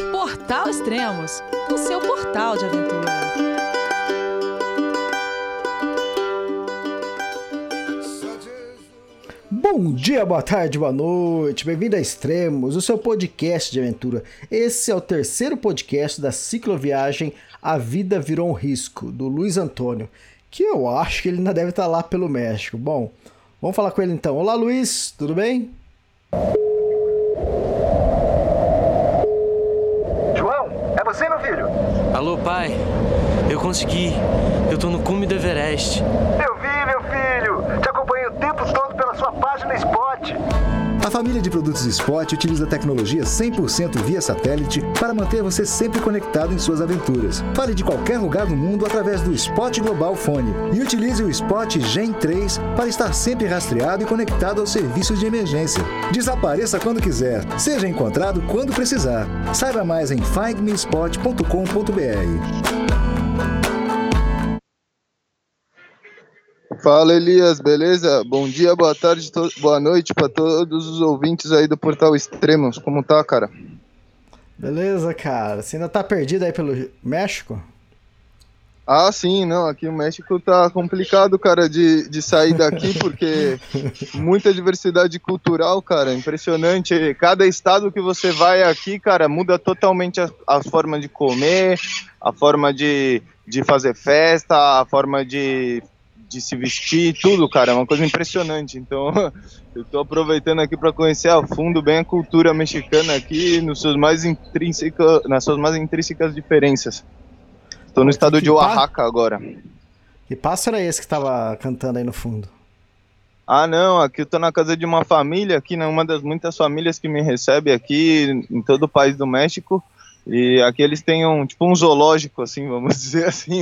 Portal Extremos, o seu portal de aventura. Bom dia, boa tarde, boa noite, bem-vindo a Extremos, o seu podcast de aventura. Esse é o terceiro podcast da cicloviagem A Vida Virou um Risco, do Luiz Antônio, que eu acho que ele ainda deve estar lá pelo México. Bom, vamos falar com ele então. Olá, Luiz, tudo bem? João, é você, meu filho? Alô, pai, eu consegui, eu tô no cume do Everest. Eu vi, meu filho, te acompanhei o tempo todo pela sua página Spot. A família de produtos Spot utiliza tecnologia 100% via satélite para manter você sempre conectado em suas aventuras. Fale de qualquer lugar do mundo através do Spot Global Fone e utilize o Spot Gen 3 para estar sempre rastreado e conectado aos serviços de emergência. Desapareça quando quiser, seja encontrado quando precisar. Saiba mais em findmespot.com.br. Fala, Elias, beleza? Bom dia, boa tarde, boa noite para todos os ouvintes aí do Portal Extremos. Como tá, cara? Beleza, cara. Você ainda tá perdido aí pelo México? Ah, sim, não, aqui o México tá complicado, cara, de sair daqui, porque muita diversidade cultural, cara, impressionante. Cada estado que você vai aqui, cara, muda totalmente a forma de comer, a forma de fazer festa, a forma de se vestir, tudo, cara, é uma coisa impressionante. Então, eu tô aproveitando aqui para conhecer a fundo bem a cultura mexicana aqui, nas suas mais intrínsecas diferenças. Tô no estado de Oaxaca agora. Que pássaro é esse que tava cantando aí no fundo? Ah, não, aqui eu tô na casa de uma família, aqui, né, uma das muitas famílias que me recebe aqui em todo o país do México. E aqui eles têm um zoológico, assim, vamos dizer assim,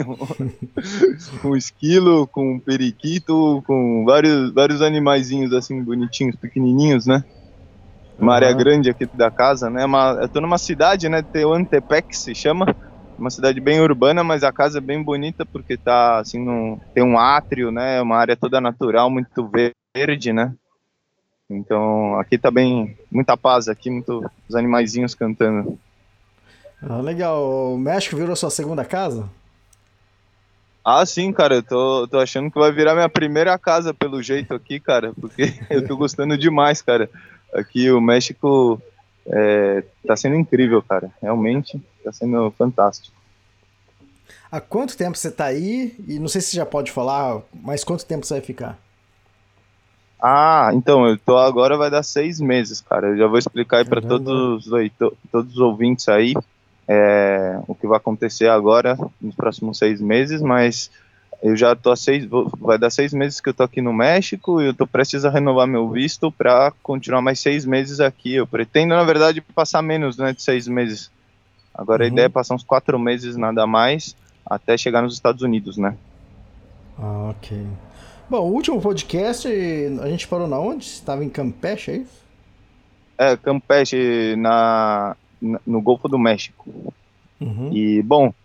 um esquilo, com um periquito, com vários animaizinhos, assim, bonitinhos, pequenininhos, né? Uma área grande aqui da casa, né? Eu tô numa cidade, né, Tehuantepec se chama, uma cidade bem urbana, mas a casa é bem bonita porque tá, assim, tem um átrio, né? Uma área toda natural, muito verde, né? Então, aqui tá bem, muita paz aqui, os animaizinhos cantando. Ah, legal. O México virou sua segunda casa? Ah, sim, cara, eu tô achando que vai virar minha primeira casa pelo jeito aqui, cara, porque eu tô gostando demais, cara. Aqui o México tá sendo incrível, cara, realmente tá sendo fantástico. Há quanto tempo você tá aí? E não sei se você já pode falar, mas quanto tempo você vai ficar? Ah, então, eu tô agora, vai dar 6 meses, cara, eu já vou explicar aí para todos os ouvintes aí, o que vai acontecer agora nos próximos 6 meses, mas eu já tô vai dar 6 meses que eu tô aqui no México e eu tô prestes a renovar meu visto para continuar mais 6 meses aqui. Eu pretendo, na verdade, passar menos, né, de 6 meses. Agora a ideia é passar uns 4 meses, nada mais, até chegar nos Estados Unidos, né? Ah, ok. Bom, o último podcast, a gente parou na onde? Você estava em Campeche, é isso? Campeche, no Golfo do México. Uhum. E, bom,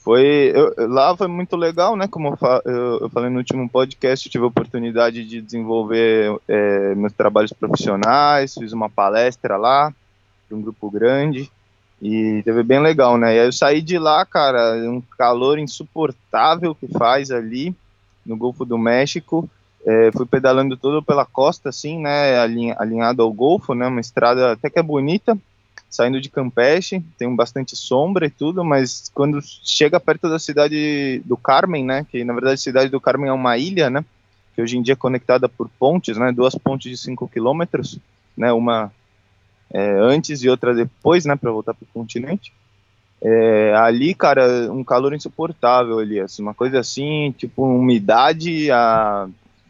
lá foi muito legal, né? Como eu falei no último podcast, eu tive a oportunidade de desenvolver meus trabalhos profissionais, fiz uma palestra lá para um grupo grande e teve bem legal, né? E aí eu saí de lá, cara, um calor insuportável que faz ali no Golfo do México. Fui pedalando todo pela costa, assim, né? Alinhado ao Golfo, né? Uma estrada até que é bonita. Saindo de Campeche, tem bastante sombra e tudo, mas quando chega perto da cidade do Carmen, né, que na verdade a cidade do Carmen é uma ilha, né, que hoje em dia é conectada por pontes, né, 2 pontes de 5 quilômetros, né, uma antes e outra depois, né, para voltar para o continente. Ali, cara, um calor insuportável ali, assim, uma coisa assim, tipo umidade a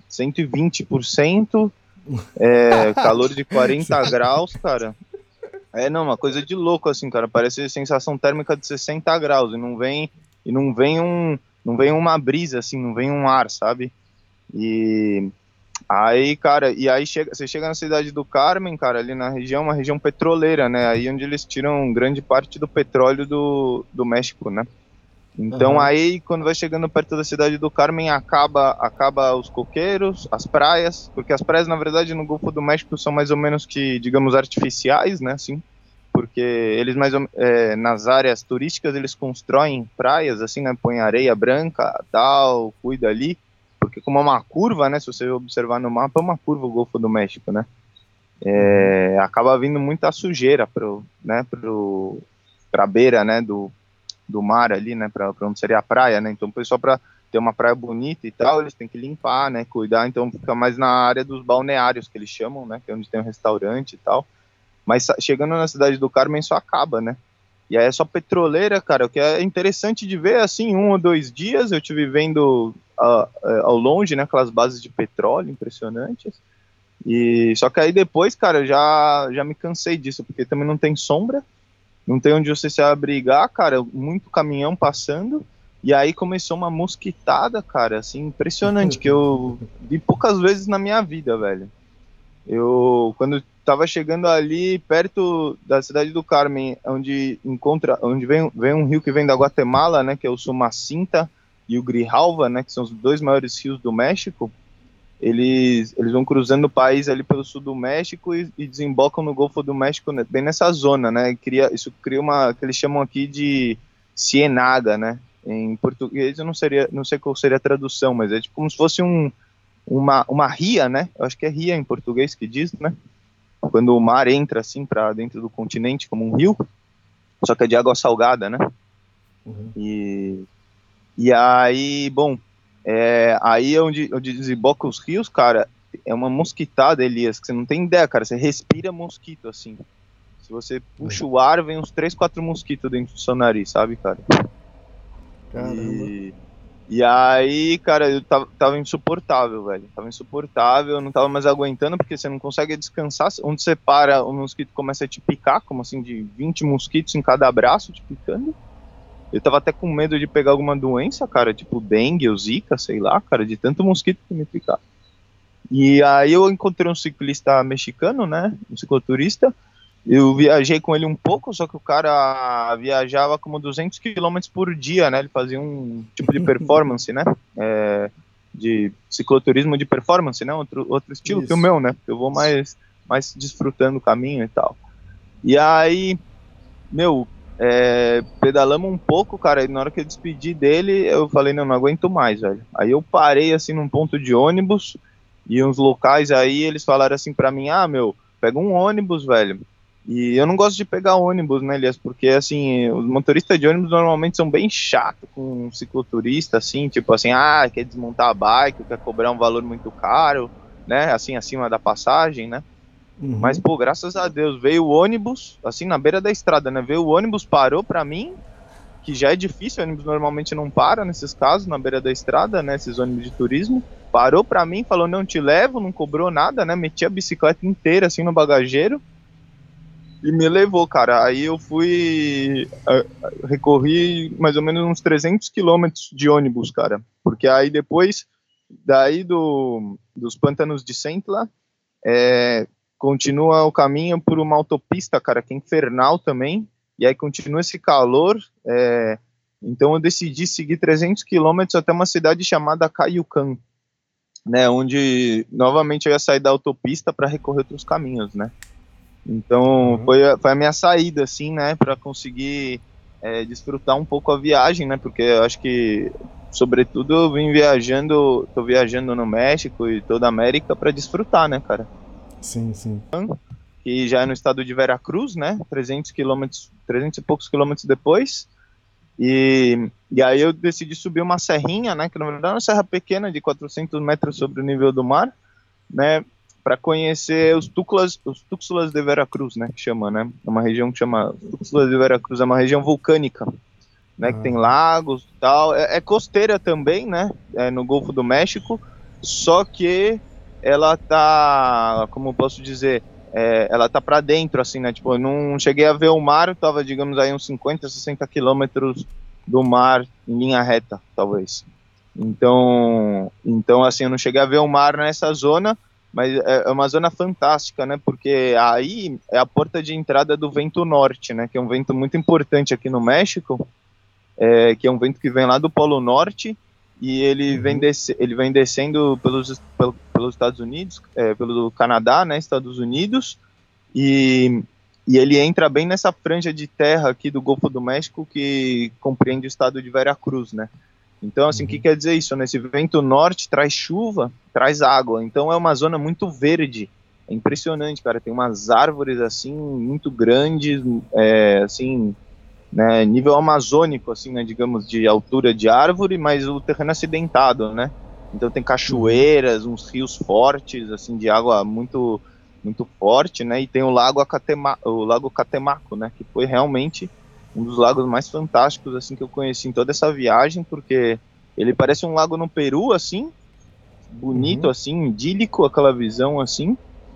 120%, calor de 40 graus, cara. Não, uma coisa de louco, assim, cara, parece sensação térmica de 60 graus, e não vem uma brisa, assim, não vem um ar, sabe? E aí, cara, você chega na cidade do Carmen, cara, ali na região, uma região petroleira, né, aí onde eles tiram grande parte do petróleo do México, né? Então aí, quando vai chegando perto da cidade do Carmen, acaba os coqueiros, as praias, porque as praias, na verdade, no Golfo do México são mais ou menos que, digamos, artificiais, né, assim, Porque eles nas áreas turísticas eles constroem praias, assim, né, põe areia branca, tal, cuida ali, porque como é uma curva, né, se você observar no mapa, é uma curva o Golfo do México, né, acaba vindo muita sujeira pra beira, né, do mar ali, né, pra onde seria a praia, né, então o pessoal, pra ter uma praia bonita e tal, eles têm que limpar, né, cuidar, então fica mais na área dos balneários, que eles chamam, né, que é onde tem um restaurante e tal. Mas chegando na cidade do Carmen, isso acaba, né? E aí é só petroleira, cara, o que é interessante de ver, assim, 1 ou 2 dias, eu estive vendo ao longe, né, aquelas bases de petróleo impressionantes, e só que aí depois, cara, eu já me cansei disso, porque também não tem sombra, não tem onde você se abrigar, cara, muito caminhão passando, e aí começou uma mosquitada, cara, assim, impressionante, que eu vi poucas vezes na minha vida, velho. Quando estava chegando ali perto da cidade do Carmen, onde vem um rio que vem da Guatemala, né, que é o Sumacinta e o Grijalva, né, que são os 2 maiores rios do México. Eles vão cruzando o país ali pelo sul do México e desembocam no Golfo do México, né, bem nessa zona, né? Isso cria uma que eles chamam aqui de ciénaga, né? Em português eu não sei qual seria a tradução, mas é tipo como se fosse uma ria, né? Eu acho que é ria em português que diz, né? Quando o mar entra assim para dentro do continente como um rio, só que é de água salgada, né? Uhum. E aí, bom, aí onde desemboca os rios, cara, é uma mosquitada, Elias, que você não tem ideia, cara, você respira mosquito, assim. Se você puxa o ar, vem uns 3, 4 mosquitos dentro do seu nariz, sabe, cara? Caramba. E aí, cara, eu tava insuportável, velho. Tava insuportável, eu não tava mais aguentando, porque você não consegue descansar. Onde você para, o mosquito começa a te picar, como assim, de 20 mosquitos em cada braço, te picando. Eu tava até com medo de pegar alguma doença, cara, tipo dengue ou zika, sei lá, cara, de tanto mosquito que me picar. E aí eu encontrei um ciclista mexicano, né, um cicloturista. Eu viajei com ele um pouco, só que o cara viajava como 200 km por dia, né? Ele fazia um tipo de performance, né? De cicloturismo de performance, né? Outro estilo que o meu, né? Eu vou mais desfrutando o caminho e tal. E aí, pedalamos um pouco, cara, e na hora que eu despedi dele, eu falei, não aguento mais, velho. Aí eu parei, assim, num ponto de ônibus, e uns locais aí, eles falaram assim pra mim, pega um ônibus, velho. E eu não gosto de pegar ônibus, né, Elias, porque, assim, os motoristas de ônibus normalmente são bem chatos com um cicloturista, assim, tipo assim, quer desmontar a bike, quer cobrar um valor muito caro, né, assim, acima da passagem, né. Uhum. Mas, pô, graças a Deus, veio o ônibus, assim, na beira da estrada, né, veio o ônibus, parou pra mim, que já é difícil, o ônibus normalmente não para nesses casos, na beira da estrada, né, esses ônibus de turismo, parou pra mim, falou, não te levo, não cobrou nada, né, meti a bicicleta inteira, assim, no bagageiro, e me levou, cara. Aí eu recorri mais ou menos uns 300 quilômetros de ônibus, cara, porque aí depois, daí dos pântanos de Centla, continua o caminho por uma autopista, cara, que é infernal também, e aí continua esse calor, então eu decidi seguir 300 quilômetros até uma cidade chamada Cayucán, né, onde novamente eu ia sair da autopista para recorrer outros caminhos, né. Então foi a minha saída, assim, né, para conseguir desfrutar um pouco a viagem, né, porque eu acho que, sobretudo, tô viajando no México e toda a América para desfrutar, né, cara. Sim, sim. Que já é no estado de Veracruz, né, 300 e poucos quilômetros depois, e aí eu decidi subir uma serrinha, né, que na verdade é uma serra pequena de 400 metros sobre o nível do mar, né, para conhecer os Tuxtlas de Veracruz, né, que chama, né, é uma região que chama Tuxtlas de Veracruz, é uma região vulcânica, né, que tem lagos e tal, é costeira também, né, no Golfo do México, só que ela tá, como eu posso dizer, ela tá para dentro, assim, né, tipo, eu não cheguei a ver o mar, eu tava, digamos aí, uns 50, 60 quilômetros do mar em linha reta, talvez. Então, assim, eu não cheguei a ver o mar nessa zona, mas é uma zona fantástica, né, porque aí é a porta de entrada do vento norte, né, que é um vento muito importante aqui no México, que é um vento que vem lá do Polo Norte, e ele vem descendo pelos Estados Unidos, pelo Canadá, né, Estados Unidos, e E ele entra bem nessa franja de terra aqui do Golfo do México que compreende o estado de Veracruz, né? Então, assim, o que quer dizer isso? Esse vento norte traz chuva, traz água. Então, é uma zona muito verde. É impressionante, cara. Tem umas árvores, assim, muito grandes, assim, né, nível amazônico, assim, né, digamos, de altura de árvore, mas o terreno é acidentado, né? Então, tem cachoeiras, uns rios fortes, assim, de água muito, muito forte, né? E tem o Lago Catemaco, né? Que foi realmente um dos lagos mais fantásticos, assim, que eu conheci em toda essa viagem, porque ele parece um lago no Peru, assim, bonito, assim, idílico, aquela visão, assim,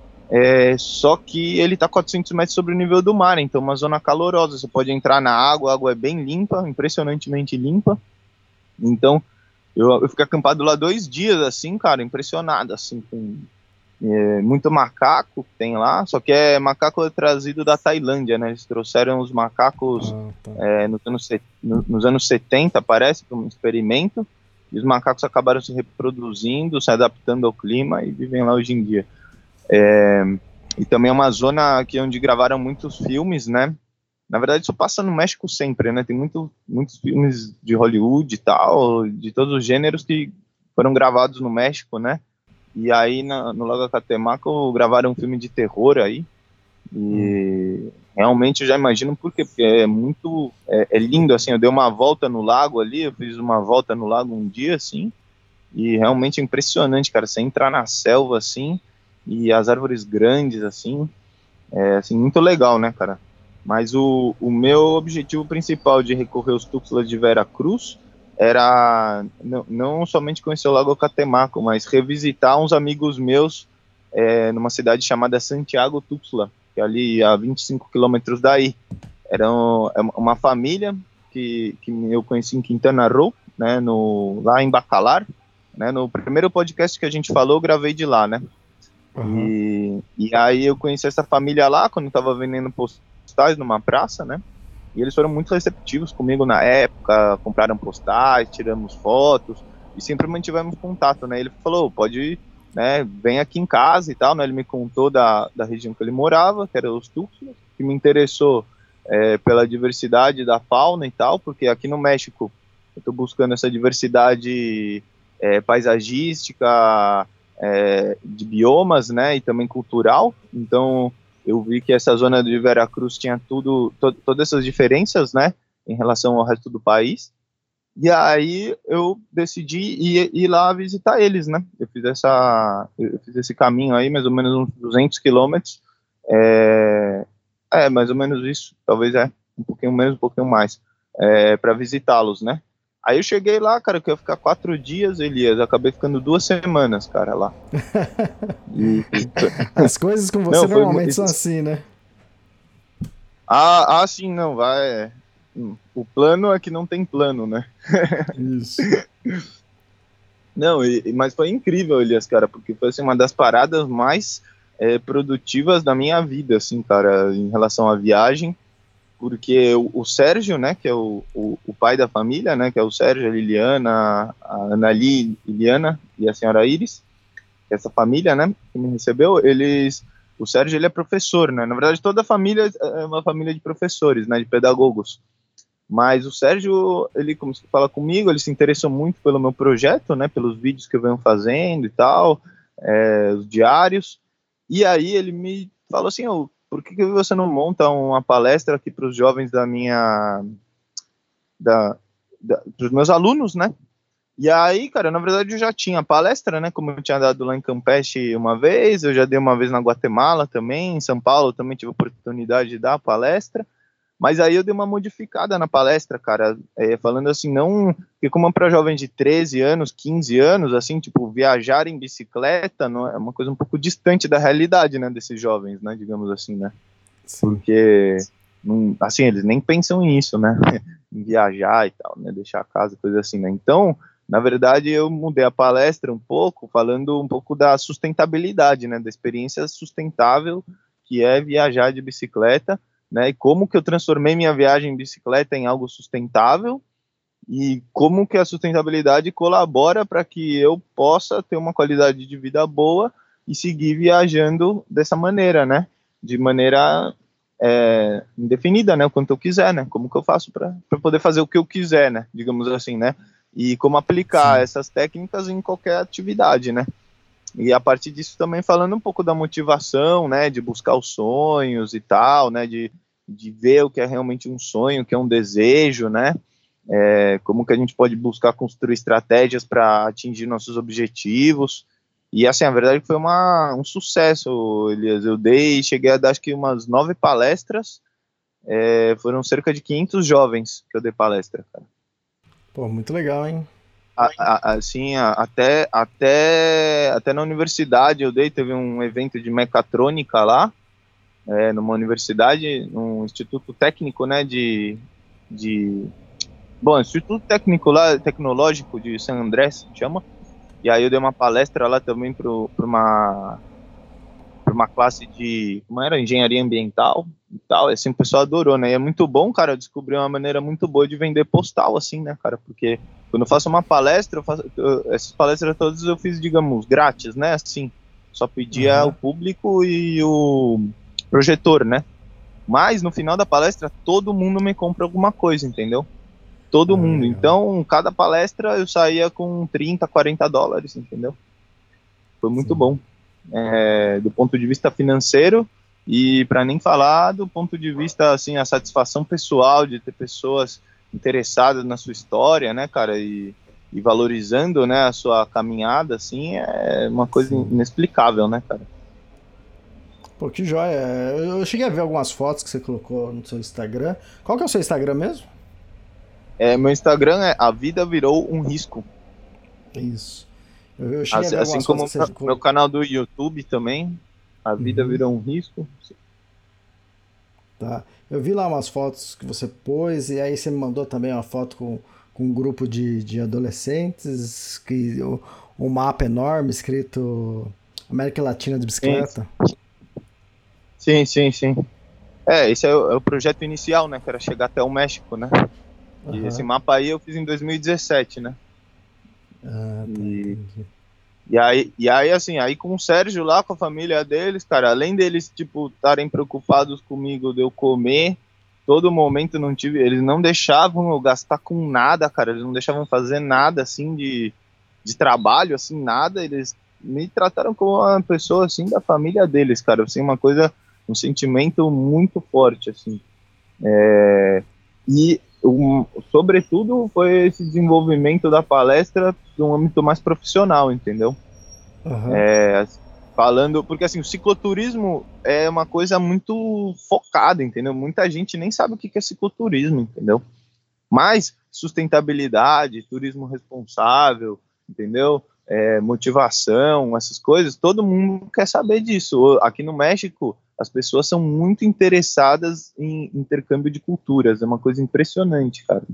só que ele tá 400 metros sobre o nível do mar, então uma zona calorosa, você pode entrar na água, a água é bem limpa, impressionantemente limpa, então eu fiquei acampado lá 2 dias, assim, cara, impressionado, assim, com muito macaco que tem lá, só que é macaco trazido da Tailândia, né? Eles trouxeram os macacos nos anos 70, parece, para um experimento, e os macacos acabaram se reproduzindo, se adaptando ao clima e vivem lá hoje em dia. E também é uma zona aqui onde gravaram muitos filmes, né? Na verdade, isso passa no México sempre, né? Tem muitos filmes de Hollywood e tal, de todos os gêneros que foram gravados no México, né? E aí, no Lago Catemaco, gravaram um filme de terror aí. E realmente eu já imagino por quê. Porque é muito... É lindo, assim. Eu dei uma volta no lago ali. Eu fiz uma volta no lago um dia, assim. E realmente é impressionante, cara. Você entrar na selva, assim, e as árvores grandes, assim. Assim, muito legal, né, cara? Mas o meu objetivo principal de recorrer aos Tuxtlas de Veracruz era não somente conhecer o Lago Catemaco, mas revisitar uns amigos meus numa cidade chamada Santiago Tuxtla, que é ali a 25 quilômetros daí. Era uma família que eu conheci em Quintana Roo, né, lá em Bacalar, né, no primeiro podcast que a gente falou, eu gravei de lá, né. E aí eu conheci essa família lá, quando eu estava vendendo postais numa praça, né. E eles foram muito receptivos comigo na época, compraram postais, tiramos fotos, e sempre mantivemos contato, né, ele falou, pode, né, vem aqui em casa e tal, né, ele me contou da região que ele morava, que era os Tuxtlas, que me interessou pela diversidade da fauna e tal, porque aqui no México eu estou buscando essa diversidade paisagística, de biomas, né, e também cultural, então eu vi que essa zona de Veracruz tinha todas essas diferenças, né, em relação ao resto do país, e aí eu decidi ir lá visitar eles, né, eu fiz esse caminho aí, mais ou menos uns 200 quilômetros, mais ou menos isso, talvez um pouquinho menos, um pouquinho mais, para visitá-los, né. Aí eu cheguei lá, cara, que eu ia ficar 4 dias, Elias, acabei ficando 2 semanas, cara, lá. As coisas com você normalmente são assim, né? Sim, não, vai. O plano é que não tem plano, né? Isso. Não, mas foi incrível, Elias, cara, porque foi assim, uma das paradas mais produtivas da minha vida, assim, cara, em relação à viagem. Porque o Sérgio, né, que é o pai da família, né, que é o Sérgio, a Liliana, a Anali, Liliana e a senhora Iris, que é essa família, né, que me recebeu, o Sérgio, ele é professor, né, na verdade toda a família é uma família de professores, né, de pedagogos, mas o Sérgio, ele começou a falar comigo, ele se interessou muito pelo meu projeto, né, pelos vídeos que eu venho fazendo e tal, os diários, e aí ele me falou assim, por que você não monta uma palestra aqui para os jovens dos meus alunos, né? E aí, cara, na verdade eu já tinha palestra, né? Como eu tinha dado lá em Campeche uma vez, eu já dei uma vez na Guatemala também, em São Paulo também tive a oportunidade de dar a palestra, mas aí eu dei uma modificada na palestra, cara, falando assim, não, porque como para jovens de 13 anos, 15 anos, assim, tipo, viajar em bicicleta não é uma coisa um pouco distante da realidade, né, desses jovens, né, digamos assim, né, sim. Porque, assim, eles nem pensam nisso, né, em viajar e tal, né, deixar a casa, coisa assim, né, então, na verdade, eu mudei a palestra um pouco, falando um pouco da sustentabilidade, né, da experiência sustentável que é viajar de bicicleta, né, e como que eu transformei minha viagem em bicicleta em algo sustentável e como que a sustentabilidade colabora para que eu possa ter uma qualidade de vida boa e seguir viajando dessa maneira, né, de maneira indefinida, né? O quanto eu quiser, né? Como que eu faço para poder fazer o que eu quiser, né? Digamos assim, né? E como aplicar essas técnicas em qualquer atividade, né? E a partir disso também falando um pouco da motivação, né? De buscar os sonhos e tal, né? De ver o que é realmente um sonho, o que é um desejo, né? Como que a gente pode buscar construir estratégias para atingir nossos objetivos. E assim, a verdade é que foi um sucesso, Elias. Cheguei a dar acho que umas 9 palestras, foram cerca de 500 jovens que eu dei palestra, cara. Pô, muito legal, hein? Assim, até na universidade teve um evento de mecatrônica lá, numa universidade, num instituto técnico, né, instituto técnico lá, tecnológico de San Andrés, chama. E aí eu dei uma palestra lá também para uma classe de, como era, engenharia ambiental e tal, e assim, o pessoal adorou, né, e é muito bom, cara, descobrir uma maneira muito boa de vender postal, assim, né, cara, porque quando eu faço uma palestra, essas palestras todas eu fiz, digamos, grátis, né, assim, só pedia o público e o projetor, né, mas no final da palestra todo mundo me compra alguma coisa, entendeu? Todo mundo. Então, cada palestra eu saía com 30, 40 dólares, entendeu? Foi muito bom. Do ponto de vista financeiro e para nem falar do ponto de vista, assim, a satisfação pessoal de ter pessoas interessadas na sua história, né, cara, e valorizando, né, a sua caminhada, assim, é uma coisa inexplicável, né, cara? Pô, que joia. Eu cheguei a ver algumas fotos que você colocou no seu Instagram. Qual que é o seu Instagram mesmo? Meu Instagram é A Vida Virou um Risco. Isso. Eu cheguei a ver assim como fotos meu canal do YouTube também, A Vida Virou um Risco. Tá. Eu vi lá umas fotos que você pôs, e aí você me mandou também uma foto com um grupo de adolescentes, um mapa enorme escrito América Latina de bicicleta. Sim. Esse é o projeto inicial, né, que era chegar até o México, né? E esse mapa aí eu fiz em 2017, né? E aí, assim, aí com o Sérgio lá, com a família deles, cara, além deles, tipo, estarem preocupados comigo de eu comer, todo momento eles não deixavam eu gastar com nada, cara, eles não deixavam fazer nada, assim, de trabalho, assim, nada, eles me trataram como uma pessoa, assim, da família deles, cara, assim, um sentimento muito forte, assim, sobretudo foi esse desenvolvimento da palestra de um âmbito mais profissional, entendeu? Falando, porque assim, o cicloturismo é uma coisa muito focada, entendeu? Muita gente nem sabe o que é cicloturismo, entendeu? Mas sustentabilidade, turismo responsável, entendeu? Motivação, essas coisas, todo mundo quer saber disso. Aqui no México, as pessoas são muito interessadas em intercâmbio de culturas, é uma coisa impressionante, cara.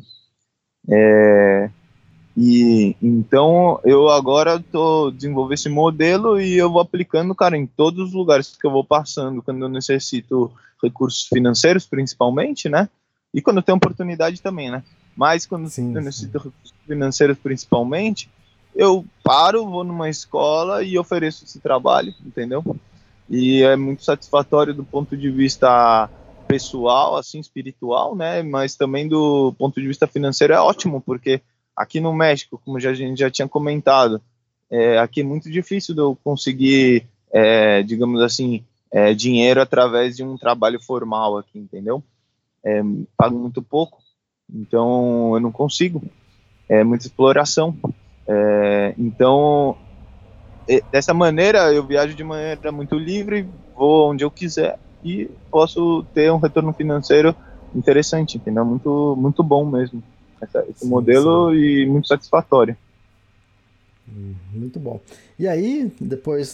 E então eu agora tô desenvolvendo esse modelo e eu vou aplicando, cara, em todos os lugares que eu vou passando, quando eu necessito recursos financeiros, principalmente, né? E quando eu tenho oportunidade também, né? Mas quando eu necessito recursos financeiros, principalmente, eu vou numa escola e ofereço esse trabalho, entendeu? E é muito satisfatório do ponto de vista pessoal, assim, espiritual, né? Mas também do ponto de vista financeiro é ótimo, porque aqui no México, como a gente já tinha comentado, aqui é muito difícil de eu conseguir, digamos assim, dinheiro através de um trabalho formal aqui, entendeu? Pago muito pouco, então eu não consigo. É muita exploração. Então, dessa maneira, eu viajo de maneira muito livre, vou onde eu quiser e posso ter um retorno financeiro interessante, entendeu? Muito, muito bom mesmo. Esse modelo e muito satisfatório. Muito bom. E aí, depois...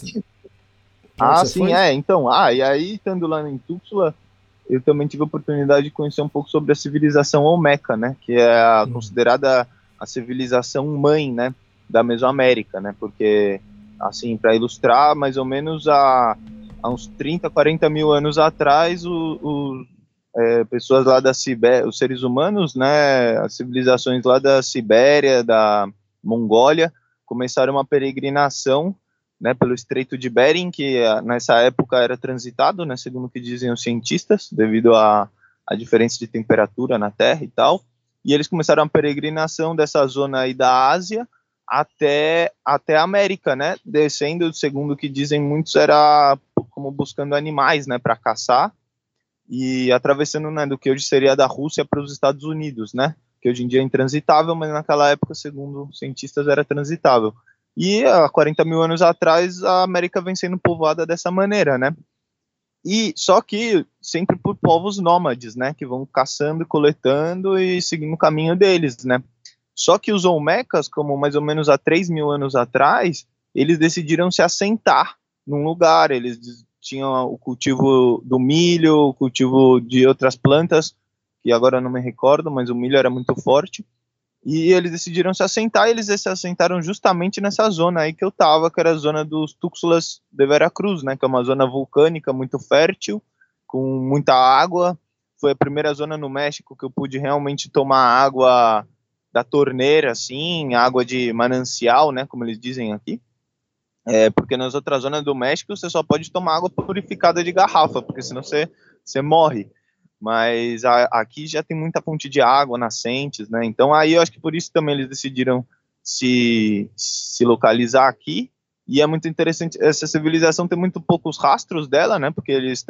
Então, e aí, estando lá em Tuxtla, eu também tive a oportunidade de conhecer um pouco sobre a civilização Olmeca, né, que é considerada a civilização mãe, né, da Mesoamérica, né, porque, assim, para ilustrar, mais ou menos há uns 30, 40 mil anos atrás, pessoas lá da Sibéria, os seres humanos, né, as civilizações lá da Sibéria, da Mongólia, começaram uma peregrinação né, pelo Estreito de Bering, que nessa época era transitado, né, segundo o que dizem os cientistas, devido à diferença de temperatura na Terra e tal. E eles começaram a peregrinação dessa zona aí da Ásia até a América, né, descendo, segundo o que dizem muitos, era como buscando animais, né, para caçar, e atravessando, né, do que hoje seria da Rússia para os Estados Unidos, né, que hoje em dia é intransitável, mas naquela época, segundo cientistas, era transitável. E há 40 mil anos atrás, a América vem sendo povoada dessa maneira, né, e só que sempre por povos nômades, né, que vão caçando, coletando e seguindo o caminho deles, né. Só que os Olmecas, como mais ou menos há 3 mil anos atrás, eles decidiram se assentar num lugar, eles tinham o cultivo do milho, o cultivo de outras plantas, que agora eu não me recordo, mas o milho era muito forte, e eles decidiram se assentar, e eles se assentaram justamente nessa zona aí que eu tava, que era a zona dos Tuxtlas de Veracruz, né, que é uma zona vulcânica muito fértil, com muita água. Foi a primeira zona no México que eu pude realmente tomar água da torneira, assim, água de manancial, né, como eles dizem aqui. Porque nas outras zonas do México você só pode tomar água purificada de garrafa, porque senão você morre. Mas aqui já tem muita fonte de água, nascentes, né? Então aí eu acho que por isso também eles decidiram se localizar aqui. E é muito interessante, essa civilização tem muito poucos rastros dela, né? Porque eles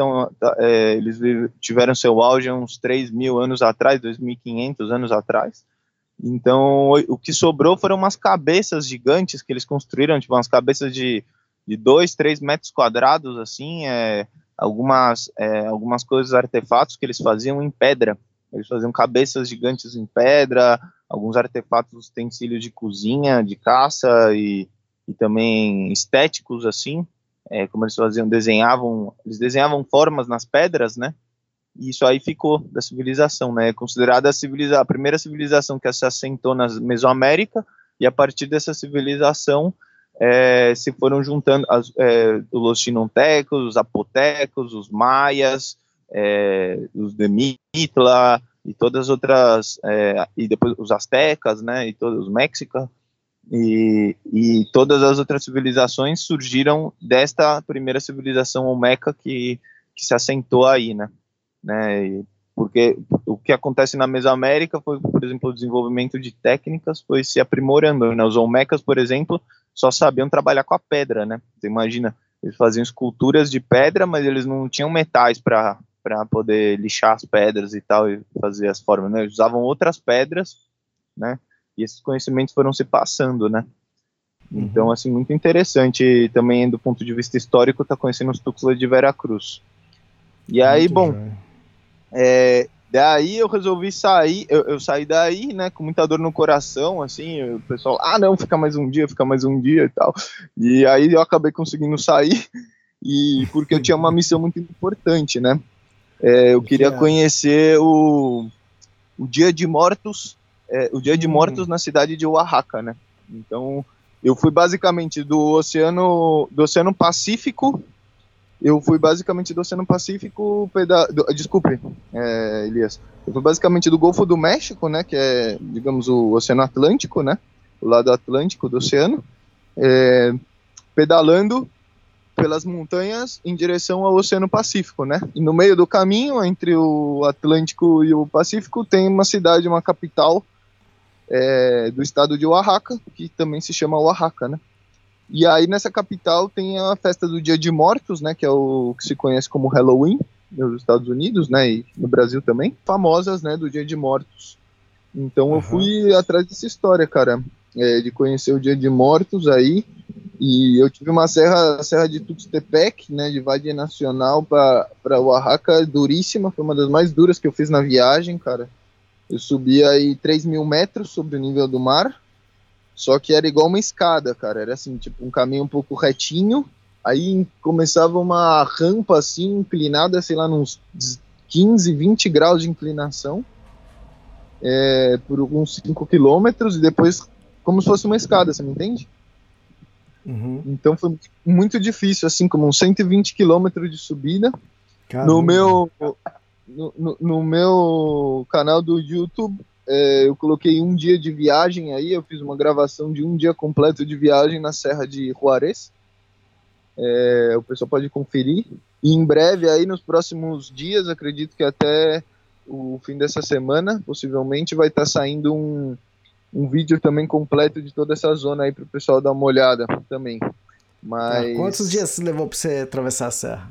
tiveram seu auge há uns 3 mil anos atrás, 2.500 anos atrás. Então, o que sobrou foram umas cabeças gigantes que eles construíram, tipo umas cabeças de 2, 3 metros quadrados, assim, algumas coisas, artefatos que eles faziam em pedra. Eles faziam cabeças gigantes em pedra, alguns artefatos, utensílios de cozinha, de caça e também estéticos, assim, como eles faziam, eles desenhavam formas nas pedras, né? E isso aí ficou da civilização, né? É considerada a primeira civilização que se assentou na Mesoamérica, e a partir dessa civilização se foram juntando os xinantecos, os zapotecos, os maias, os de Mitla e todas as outras, e depois os astecas, né? E todos os mexicas, e todas as outras civilizações surgiram desta primeira civilização olmeca que se assentou aí, né? Porque o que acontece na Mesoamérica foi, por exemplo, o desenvolvimento de técnicas foi se aprimorando, né? Os olmecas, por exemplo, só sabiam trabalhar com a pedra, né? Você imagina, eles faziam esculturas de pedra, mas eles não tinham metais para poder lixar as pedras e tal, e fazer as formas, né? Eles usavam outras pedras, né? E esses conhecimentos foram se passando, né? Então, assim, muito interessante também do ponto de vista histórico, tá conhecendo os Tuxtlas de Veracruz. E aí, daí eu resolvi sair, eu saí daí, né, com muita dor no coração, assim, o pessoal, não, fica mais um dia e tal, e aí eu acabei conseguindo sair, e porque eu tinha uma missão muito importante, né, eu queria conhecer o Dia de Mortos, na cidade de Oaxaca, né, então eu fui basicamente do Oceano Pacífico. Elias. Eu fui basicamente do Golfo do México, né, que é, digamos, o Oceano Atlântico, né, o lado atlântico do oceano, pedalando pelas montanhas em direção ao Oceano Pacífico, né, e no meio do caminho, entre o Atlântico e o Pacífico, tem uma cidade, uma capital do estado de Oaxaca, que também se chama Oaxaca, né. E aí nessa capital tem a festa do Dia de Mortos, né, que é o que se conhece como Halloween nos Estados Unidos, né, e no Brasil também, famosas, né, do Dia de Mortos. Então eu fui atrás dessa história, cara, de conhecer o Dia de Mortos aí, e eu tive uma serra de Tuxtepec, né, de Valle Nacional para Oaxaca, duríssima, foi uma das mais duras que eu fiz na viagem, cara. Eu subi aí 3 mil metros sobre o nível do mar, só que era igual uma escada, cara, era assim, tipo um caminho um pouco retinho, aí começava uma rampa assim, inclinada, sei lá, uns 15, 20 graus de inclinação, por uns 5 quilômetros, e depois como se fosse uma escada, você me entende? Então foi muito difícil, assim, como uns 120 quilômetros de subida. Caramba. No meu canal do YouTube, eu coloquei um dia de viagem aí, eu fiz uma gravação de um dia completo de viagem na Serra de Juárez, O pessoal pode conferir. E em breve, aí nos próximos dias, acredito que até o fim dessa semana, possivelmente, vai estar saindo um vídeo também completo de toda essa zona aí para o pessoal dar uma olhada também. Mas... Quantos dias levou para você atravessar a serra?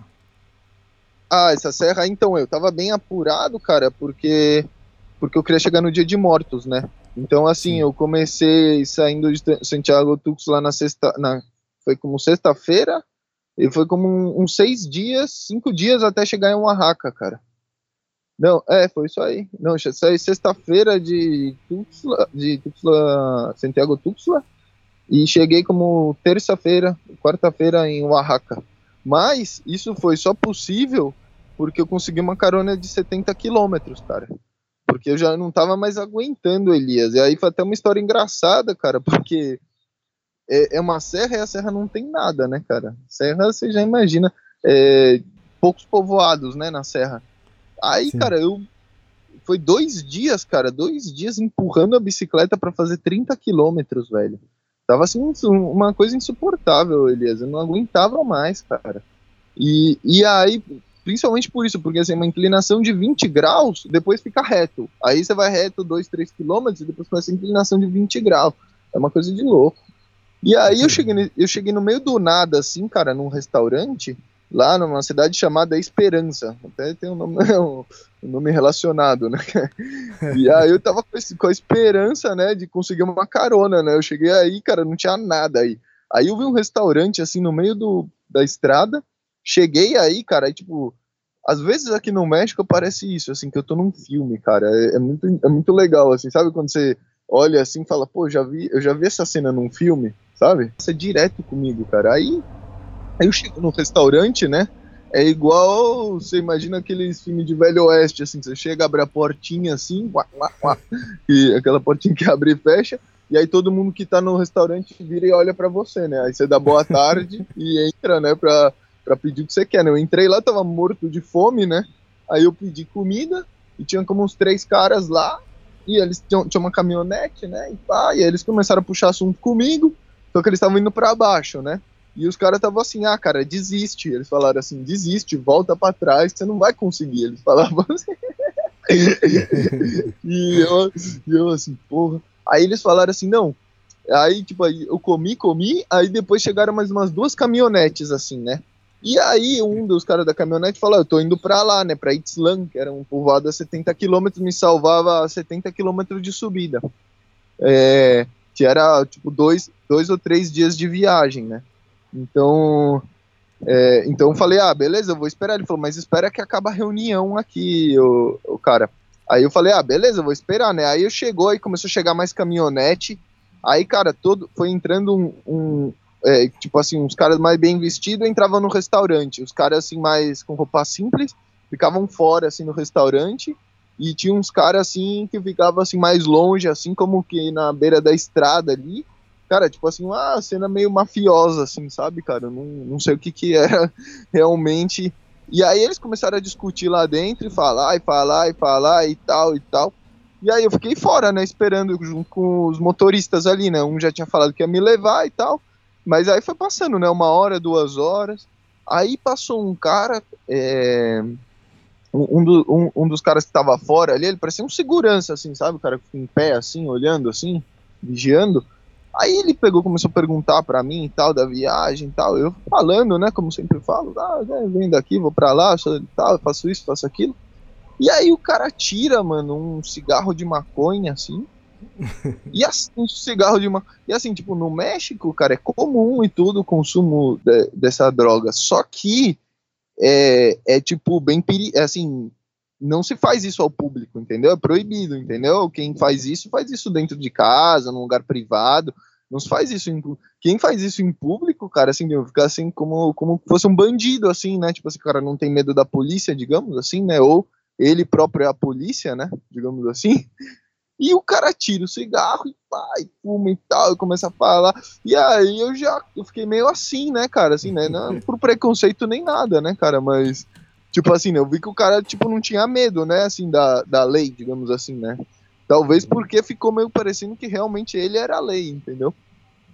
Essa serra, então, eu tava bem apurado, cara, porque eu queria chegar no Dia de Mortos, né? Então, assim, eu comecei saindo de Santiago Tuxtla foi como sexta-feira, e foi como uns 5 dias até chegar em Oaxaca, cara. Não, foi isso aí. Não, saí sexta-feira de Santiago Tuxtla, e cheguei como terça-feira, quarta-feira em Oaxaca. Mas isso foi só possível porque eu consegui uma carona de 70 quilômetros, cara. Porque eu já não tava mais aguentando, Elias. E aí foi até uma história engraçada, cara, porque é uma serra e a serra não tem nada, né, cara? Serra, você já imagina, poucos povoados, né, na serra. Aí, sim, cara, foi 2 dias, cara, 2 dias empurrando a bicicleta pra fazer 30 quilômetros, velho. Tava assim, uma coisa insuportável, Elias. Eu não aguentava mais, cara. E aí, principalmente por isso, porque assim, uma inclinação de 20 graus, depois fica reto. Aí você vai reto 2, 3 quilômetros e depois começa a inclinação de 20 graus. É uma coisa de louco. E aí eu cheguei no meio do nada, assim, cara, num restaurante, lá numa cidade chamada Esperança. Até tem um nome relacionado, né? E aí eu tava com a esperança, né, de conseguir uma carona, né? Eu cheguei aí, cara, não tinha nada aí. Aí eu vi um restaurante, assim, no meio da estrada. Cheguei aí, cara, aí, tipo, às vezes aqui no México parece isso, assim, que eu tô num filme, cara. É muito legal, assim, sabe? Quando você olha assim e fala, pô, eu já vi essa cena num filme, sabe? Isso é direto comigo, cara. Aí eu chego no restaurante, né? É igual, você imagina aqueles filmes de Velho Oeste, assim, você chega, abre a portinha assim, e aquela portinha que abre e fecha, e aí todo mundo que tá no restaurante vira e olha pra você, né? Aí você dá boa tarde e entra, né, pra pedir o que você quer, né? Eu entrei lá, tava morto de fome, né? Aí eu pedi comida, e tinha como uns 3 caras lá, e eles tinham uma caminhonete, né? E aí eles começaram a puxar assunto comigo, só que eles estavam indo pra baixo, né? E os caras estavam assim, cara, desiste. Eles falaram assim, desiste, volta pra trás, que você não vai conseguir. Eles falavam assim. e eu assim, porra. Aí eles falaram assim, não. Aí, tipo, aí eu comi, aí depois chegaram mais umas 2 caminhonetes, assim, né? E aí um dos caras da caminhonete falou, eu tô indo pra lá, né, pra Itzlan, que era um povoado a 70 quilômetros, me salvava a 70 quilômetros de subida. Que era, tipo, 2 ou 3 dias de viagem, né? Então eu falei, beleza, eu vou esperar. Ele falou, mas espera que acaba a reunião aqui, o cara. Aí eu falei, beleza, eu vou esperar, né? Aí chegou, aí começou a chegar mais caminhonete. Aí, cara, foi entrando tipo assim, uns caras mais bem vestidos entravam no restaurante. Os caras, assim, mais com roupa simples, ficavam fora, assim, no restaurante. E tinha uns caras, assim, que ficavam, assim, mais longe, assim, como que na beira da estrada ali. Cara, tipo assim, uma cena meio mafiosa, assim, sabe, cara? Eu não sei o que era realmente. E aí eles começaram a discutir lá dentro e falar e tal. E aí eu fiquei fora, né, esperando junto com os motoristas ali, né? Um já tinha falado que ia me levar e tal. Mas aí foi passando, né? 1 hora, 2 horas. Aí passou um cara, um dos caras que tava fora ali, ele parecia um segurança, assim, sabe? O cara em pé, assim, olhando, assim, vigiando. Aí ele começou a perguntar pra mim e tal, da viagem e tal, eu falando, né, como sempre falo, venho daqui, vou pra lá, tal, faço isso, faço aquilo. E aí o cara tira, mano, um cigarro de maconha, assim, e assim, um cigarro de maconha, e assim, tipo, no México, cara, é comum e tudo o consumo dessa droga, só que tipo, bem assim, não se faz isso ao público, entendeu? É proibido, entendeu? Quem faz isso dentro de casa, num lugar privado, não se faz isso quem faz isso em público, cara, assim, fica assim como fosse um bandido, assim, né? Tipo assim, o cara não tem medo da polícia, digamos assim, né? Ou ele próprio é a polícia, né? Digamos assim. E o cara tira o cigarro e vai, fuma e tal, e começa a falar. E aí eu fiquei meio assim, né, cara? Assim, né? Não por preconceito nem nada, né, cara? Mas, tipo assim, né, eu vi que o cara, tipo, não tinha medo, né, assim, da lei, digamos assim, né? Talvez porque ficou meio parecendo que realmente ele era a lei, entendeu?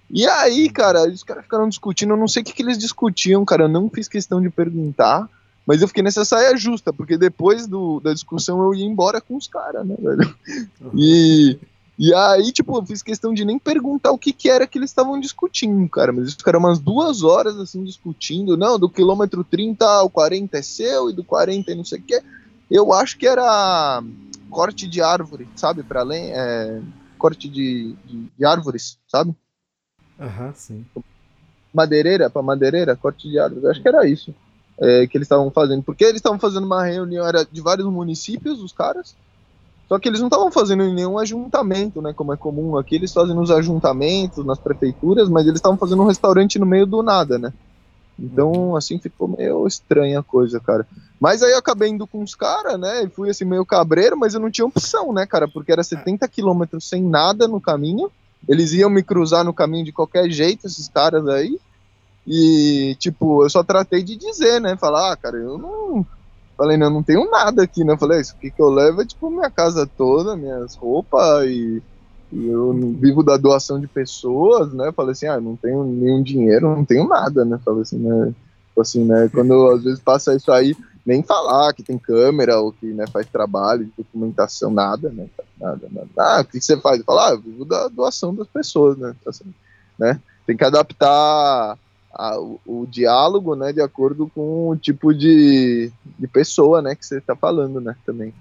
E aí, cara, os caras ficaram discutindo, eu não sei o que eles discutiam, cara, eu não fiz questão de perguntar, mas eu fiquei nessa saia justa, porque depois da discussão eu ia embora com os caras, né, velho? E aí, tipo, eu fiz questão de nem perguntar o que era que eles estavam discutindo, cara, mas eles ficaram umas 2 horas, assim, discutindo, não, do quilômetro 30 ao 40 é seu, e do 40 e não sei o que. Eu acho que era corte de árvore, sabe, pra além, corte de árvores, sabe? Aham, sim. Pra madeireira, corte de árvores, acho que era isso que eles estavam fazendo, porque eles estavam fazendo uma reunião, era de vários municípios, os caras, só que eles não estavam fazendo nenhum ajuntamento, né, como é comum aqui, eles fazem nos ajuntamentos, nas prefeituras, mas eles estavam fazendo um restaurante no meio do nada, né, então, assim, ficou meio estranha a coisa, cara. Mas aí eu acabei indo com os caras, né, e fui assim meio cabreiro, mas eu não tinha opção, né, cara, porque era 70 quilômetros sem nada no caminho, eles iam me cruzar no caminho de qualquer jeito, esses caras aí, e, tipo, eu só tratei de dizer, né, falar, cara, eu não... Falei, não, não tenho nada aqui, né, falei, isso aqui que eu levo é, tipo, minha casa toda, minhas roupas, e eu não vivo da doação de pessoas, né, falei assim, não tenho nenhum dinheiro, não tenho nada, né, falei assim, né, quando eu, às vezes passa isso aí, nem falar que tem câmera, ou que, né, faz trabalho de documentação, nada, né, nada. O que você faz? Fala, eu vivo da doação das pessoas, né, assim, né, tem que adaptar o diálogo, né, de acordo com o tipo de pessoa, né, que você tá falando, né, também.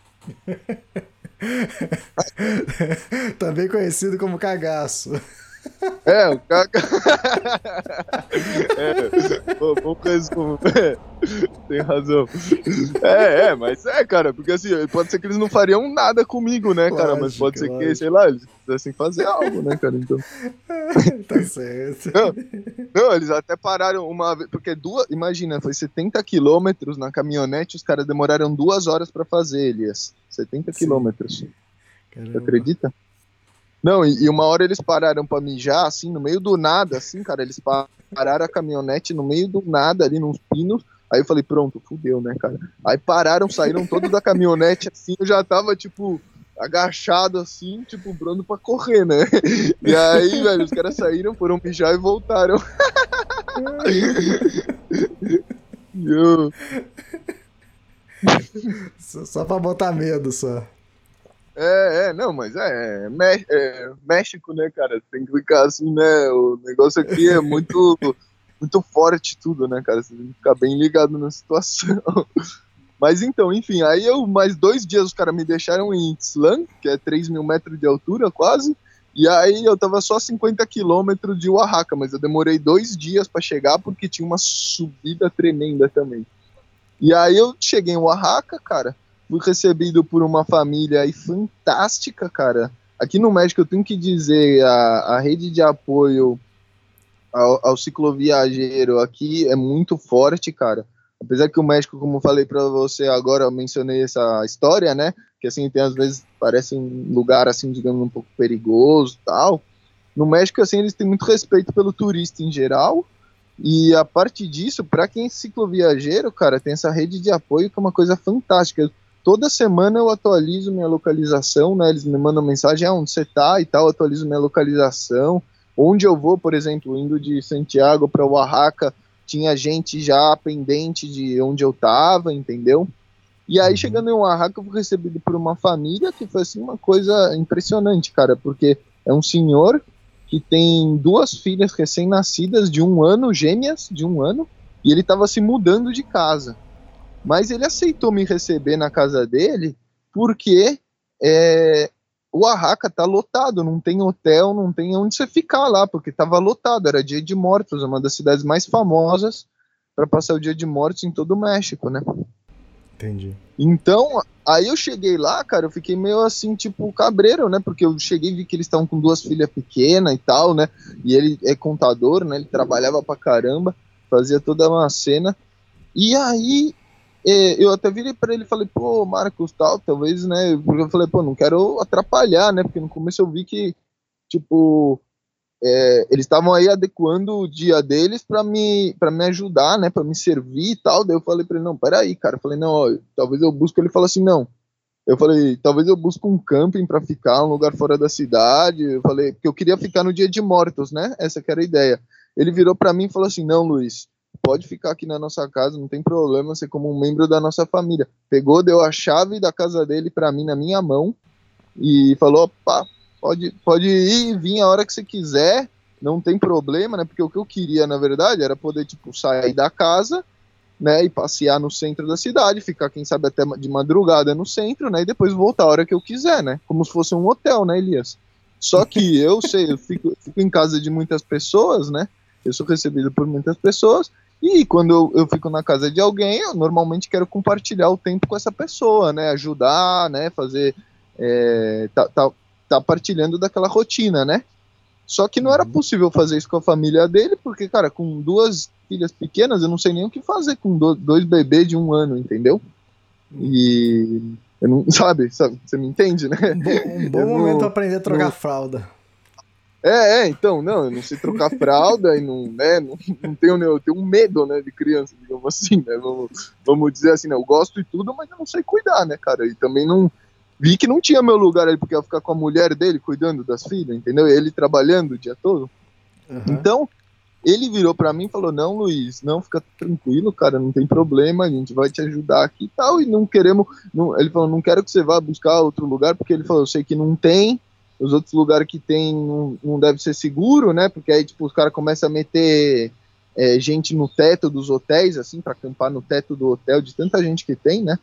Também conhecido como cagaço. O poucas como... tem razão. Mas cara, porque assim, pode ser que eles não fariam nada comigo, né, cara, lógico, mas pode ser que, sei lá, eles quisessem fazer algo, né, cara, então... Tá certo. Não, eles até pararam uma vez, porque imagina, foi 70 quilômetros na caminhonete, os caras demoraram 2 horas pra fazer, Elias, 70 quilômetros. Você acredita? Não, e uma hora eles pararam pra mijar, assim, no meio do nada, assim, cara, eles pararam a caminhonete no meio do nada, ali nos pinos, aí eu falei, pronto, fudeu, né, cara? Aí pararam, saíram todos da caminhonete, assim, eu já tava, tipo, agachado, assim, tipo, pronto pra correr, né? E aí, velho, os caras saíram, foram mijar e voltaram. Só pra botar medo, só. Não, mas México, né, cara, tem que ficar assim, né, o negócio aqui é muito, muito forte tudo, né, cara, você tem que ficar bem ligado na situação. Mas então, enfim, aí mais 2 dias os caras me deixaram em Itzlan, que é 3.000 metros de altura, quase, e aí eu tava só 50 quilômetros de Oaxaca, mas eu demorei 2 dias pra chegar, porque tinha uma subida tremenda também. E aí eu cheguei em Oaxaca, cara, fui recebido por uma família aí fantástica, cara. Aqui no México eu tenho que dizer, a rede de apoio ao cicloviajeiro aqui é muito forte, cara. Apesar que o México, como eu falei pra você agora, eu mencionei essa história, né? Que assim, tem às vezes, parece um lugar assim, digamos, um pouco perigoso e tal. No México, assim, eles têm muito respeito pelo turista em geral. E a partir disso, pra quem é cicloviajeiro, cara, tem essa rede de apoio que é uma coisa fantástica. Toda semana eu atualizo minha localização, né? Eles me mandam mensagem, onde você tá e tal, atualizo minha localização. Onde eu vou, por exemplo, indo de Santiago para Oaxaca, tinha gente já pendente de onde eu tava, entendeu? E aí, chegando em Oaxaca, eu fui recebido por uma família que foi, assim, uma coisa impressionante, cara, porque é um senhor que tem 2 filhas recém-nascidas de 1 ano, gêmeas de 1 ano, e ele tava se mudando de casa. Mas ele aceitou me receber na casa dele porque o Oaxaca tá lotado, não tem hotel, não tem onde você ficar lá, porque tava lotado, era Dia de Mortos, uma das cidades mais famosas para passar o Dia de Mortos em todo o México, né? Entendi. Então, aí eu cheguei lá, cara, eu fiquei meio assim, tipo, cabreiro, né? Porque eu cheguei e vi que eles estavam com 2 filhas pequenas e tal, né? E ele é contador, né? Ele trabalhava pra caramba, fazia toda uma cena. E aí eu até virei pra ele e falei, pô, Marcos, tal, talvez, né, porque eu falei, pô, não quero atrapalhar, né, porque no começo eu vi que, tipo, eles estavam aí adequando o dia deles pra me ajudar, né, pra me servir e tal, daí eu falei pra ele, não, peraí, cara, eu falei, não, ó, talvez eu busque, ele falou assim, não, Eu falei, talvez eu busque um camping pra ficar, um lugar fora da cidade. Eu falei, porque eu queria ficar no Dia de Mortos, né? Essa que era a ideia. Ele virou pra mim e falou assim, não, Luiz, pode ficar aqui na nossa casa, não tem problema, você como um membro da nossa família. Pegou, deu a chave da casa dele pra mim na minha mão e falou, opa, pode ir e vir a hora que você quiser, não tem problema, né? Porque o que eu queria, na verdade, era poder, tipo, sair da casa, né, e passear no centro da cidade, ficar, quem sabe, até de madrugada no centro, né, e depois voltar a hora que eu quiser, né, como se fosse um hotel, né, Elias? Só que eu fico em casa de muitas pessoas, né, eu sou recebido por muitas pessoas, e quando eu fico na casa de alguém, eu normalmente quero compartilhar o tempo com essa pessoa, né, ajudar, né, fazer, tá partilhando daquela rotina, né. Só que não era possível fazer isso com a família dele, porque, cara, com 2 filhas pequenas, eu não sei nem o que fazer com 2 bebês de 1 ano, entendeu? E eu não, sabe, você me entende, né? Um bom momento pra aprender a trocar fralda. Então, não, eu não sei trocar fralda e não, né, não tenho, eu tenho um medo, né, de criança, digamos assim, né, vamos dizer assim, né, eu gosto e tudo, mas eu não sei cuidar, né, cara, e também não, vi que não tinha meu lugar ali, porque eu ia ficar com a mulher dele cuidando das filhas, entendeu? Ele trabalhando o dia todo. Então, ele virou pra mim e falou, não, Luiz, não, fica tranquilo, cara, não tem problema, a gente vai te ajudar aqui e tal, e não queremos, ele falou, não quero que você vá buscar outro lugar, porque ele falou, eu sei que não tem, os outros lugares que tem não deve ser seguro, né, porque aí, tipo, os caras começam a meter gente no teto dos hotéis, assim, pra acampar no teto do hotel, de tanta gente que tem, né,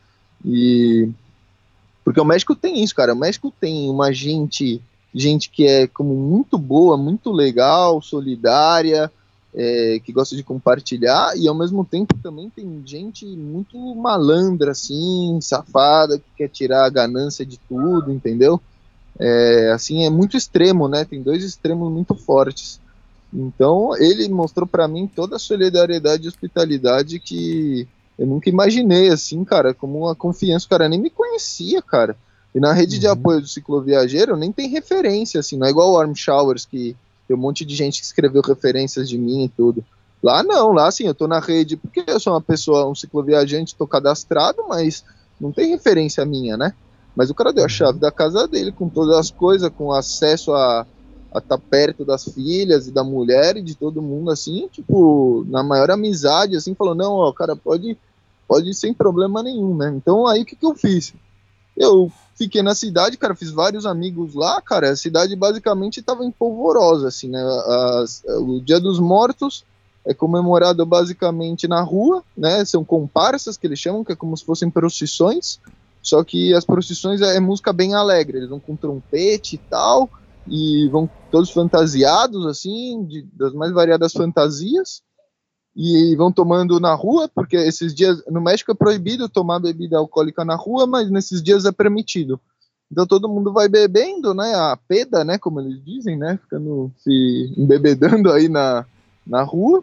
porque o México tem isso, cara. O México tem uma gente que é como muito boa, muito legal, solidária, que gosta de compartilhar, e ao mesmo tempo também tem gente muito malandra, assim, safada, que quer tirar a ganância de tudo, entendeu? Assim, é muito extremo, né? Tem 2 extremos muito fortes. Então, ele mostrou pra mim toda a solidariedade e hospitalidade que eu nunca imaginei, assim, cara, como uma confiança. O cara nem me conhecia, cara. E na rede de apoio do cicloviajeiro nem tem referência, assim, não é igual o Warm Showers, que tem um monte de gente que escreveu referências de mim e tudo. Lá não, lá assim, eu tô na rede porque eu sou uma pessoa, um cicloviajante, tô cadastrado, mas não tem referência minha, né? Mas o cara deu a chave da casa dele, com todas as coisas, com acesso a estar perto das filhas e da mulher e de todo mundo, assim, tipo, na maior amizade, assim, falou, não, ó, cara, pode ir sem problema nenhum, né? Então, aí, o que eu fiz? Eu fiquei na cidade, cara, fiz vários amigos lá, cara, a cidade basicamente estava em polvorosa, assim, né? O Dia dos Mortos é comemorado basicamente na rua, né? São comparsas, que eles chamam, que é como se fossem procissões, só que as procissões é música bem alegre, eles vão com trompete e tal, e vão todos fantasiados, assim, das mais variadas fantasias, e vão tomando na rua, porque esses dias, no México é proibido tomar bebida alcoólica na rua, mas nesses dias é permitido. Então todo mundo vai bebendo, né, a peda, né, como eles dizem, né, ficando se embebedando aí na rua,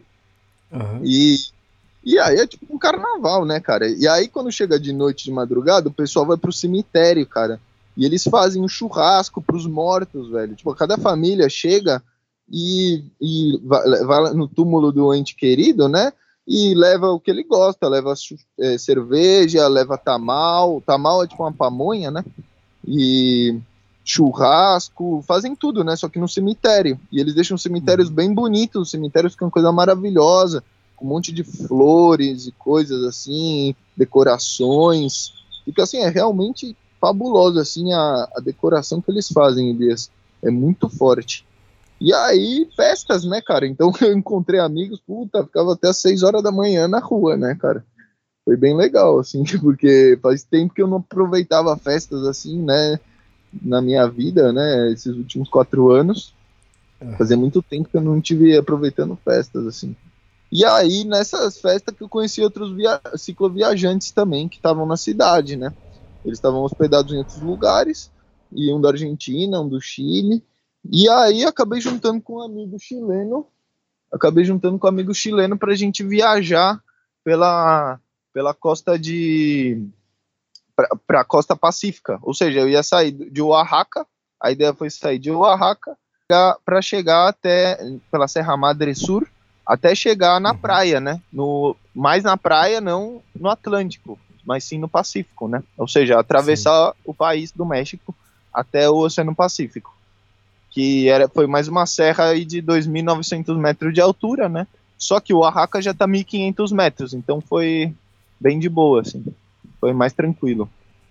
e aí é tipo um carnaval, né, cara, e aí quando chega de noite, de madrugada, o pessoal vai pro cemitério, cara, e eles fazem um churrasco pros mortos, velho. Tipo, cada família chega e vai no túmulo do ente querido, né? E leva o que ele gosta, leva cerveja, leva tamal. Tamal é tipo uma pamonha, né? E churrasco, fazem tudo, né? Só que no cemitério. E eles deixam cemitérios bem bonitos, os cemitérios ficam coisa maravilhosa, com um monte de flores e coisas assim, decorações. Fica assim, é realmente fabuloso, assim, a decoração que eles fazem, Elias. É muito forte. E aí, festas, né, cara? Então eu encontrei amigos, ficava até às 6 horas da manhã na rua, né, cara? Foi bem legal, assim, porque faz tempo que eu não aproveitava festas, assim, né, na minha vida, né, esses últimos 4 anos. Fazia muito tempo que eu não estive aproveitando festas, assim. E aí, nessas festas que eu conheci outros cicloviajantes também, que estavam na cidade, né? Eles estavam hospedados em outros lugares, e um da Argentina, um do Chile, e aí acabei juntando com um amigo chileno pra gente viajar pela costa pra costa pacífica, ou seja, eu ia sair de Oaxaca, a ideia foi sair de Oaxaca para chegar até, pela Serra Madre Sur, até chegar na praia, né, mais na praia, não no Atlântico. mas sim no Pacífico, né? Ou seja, atravessar o país do México até o Oceano Pacífico, que foi mais uma serra aí de 2.900 metros de altura, né? Só que o Oaxaca já tá 1.500 metros, então foi bem de boa, assim, foi mais tranquilo.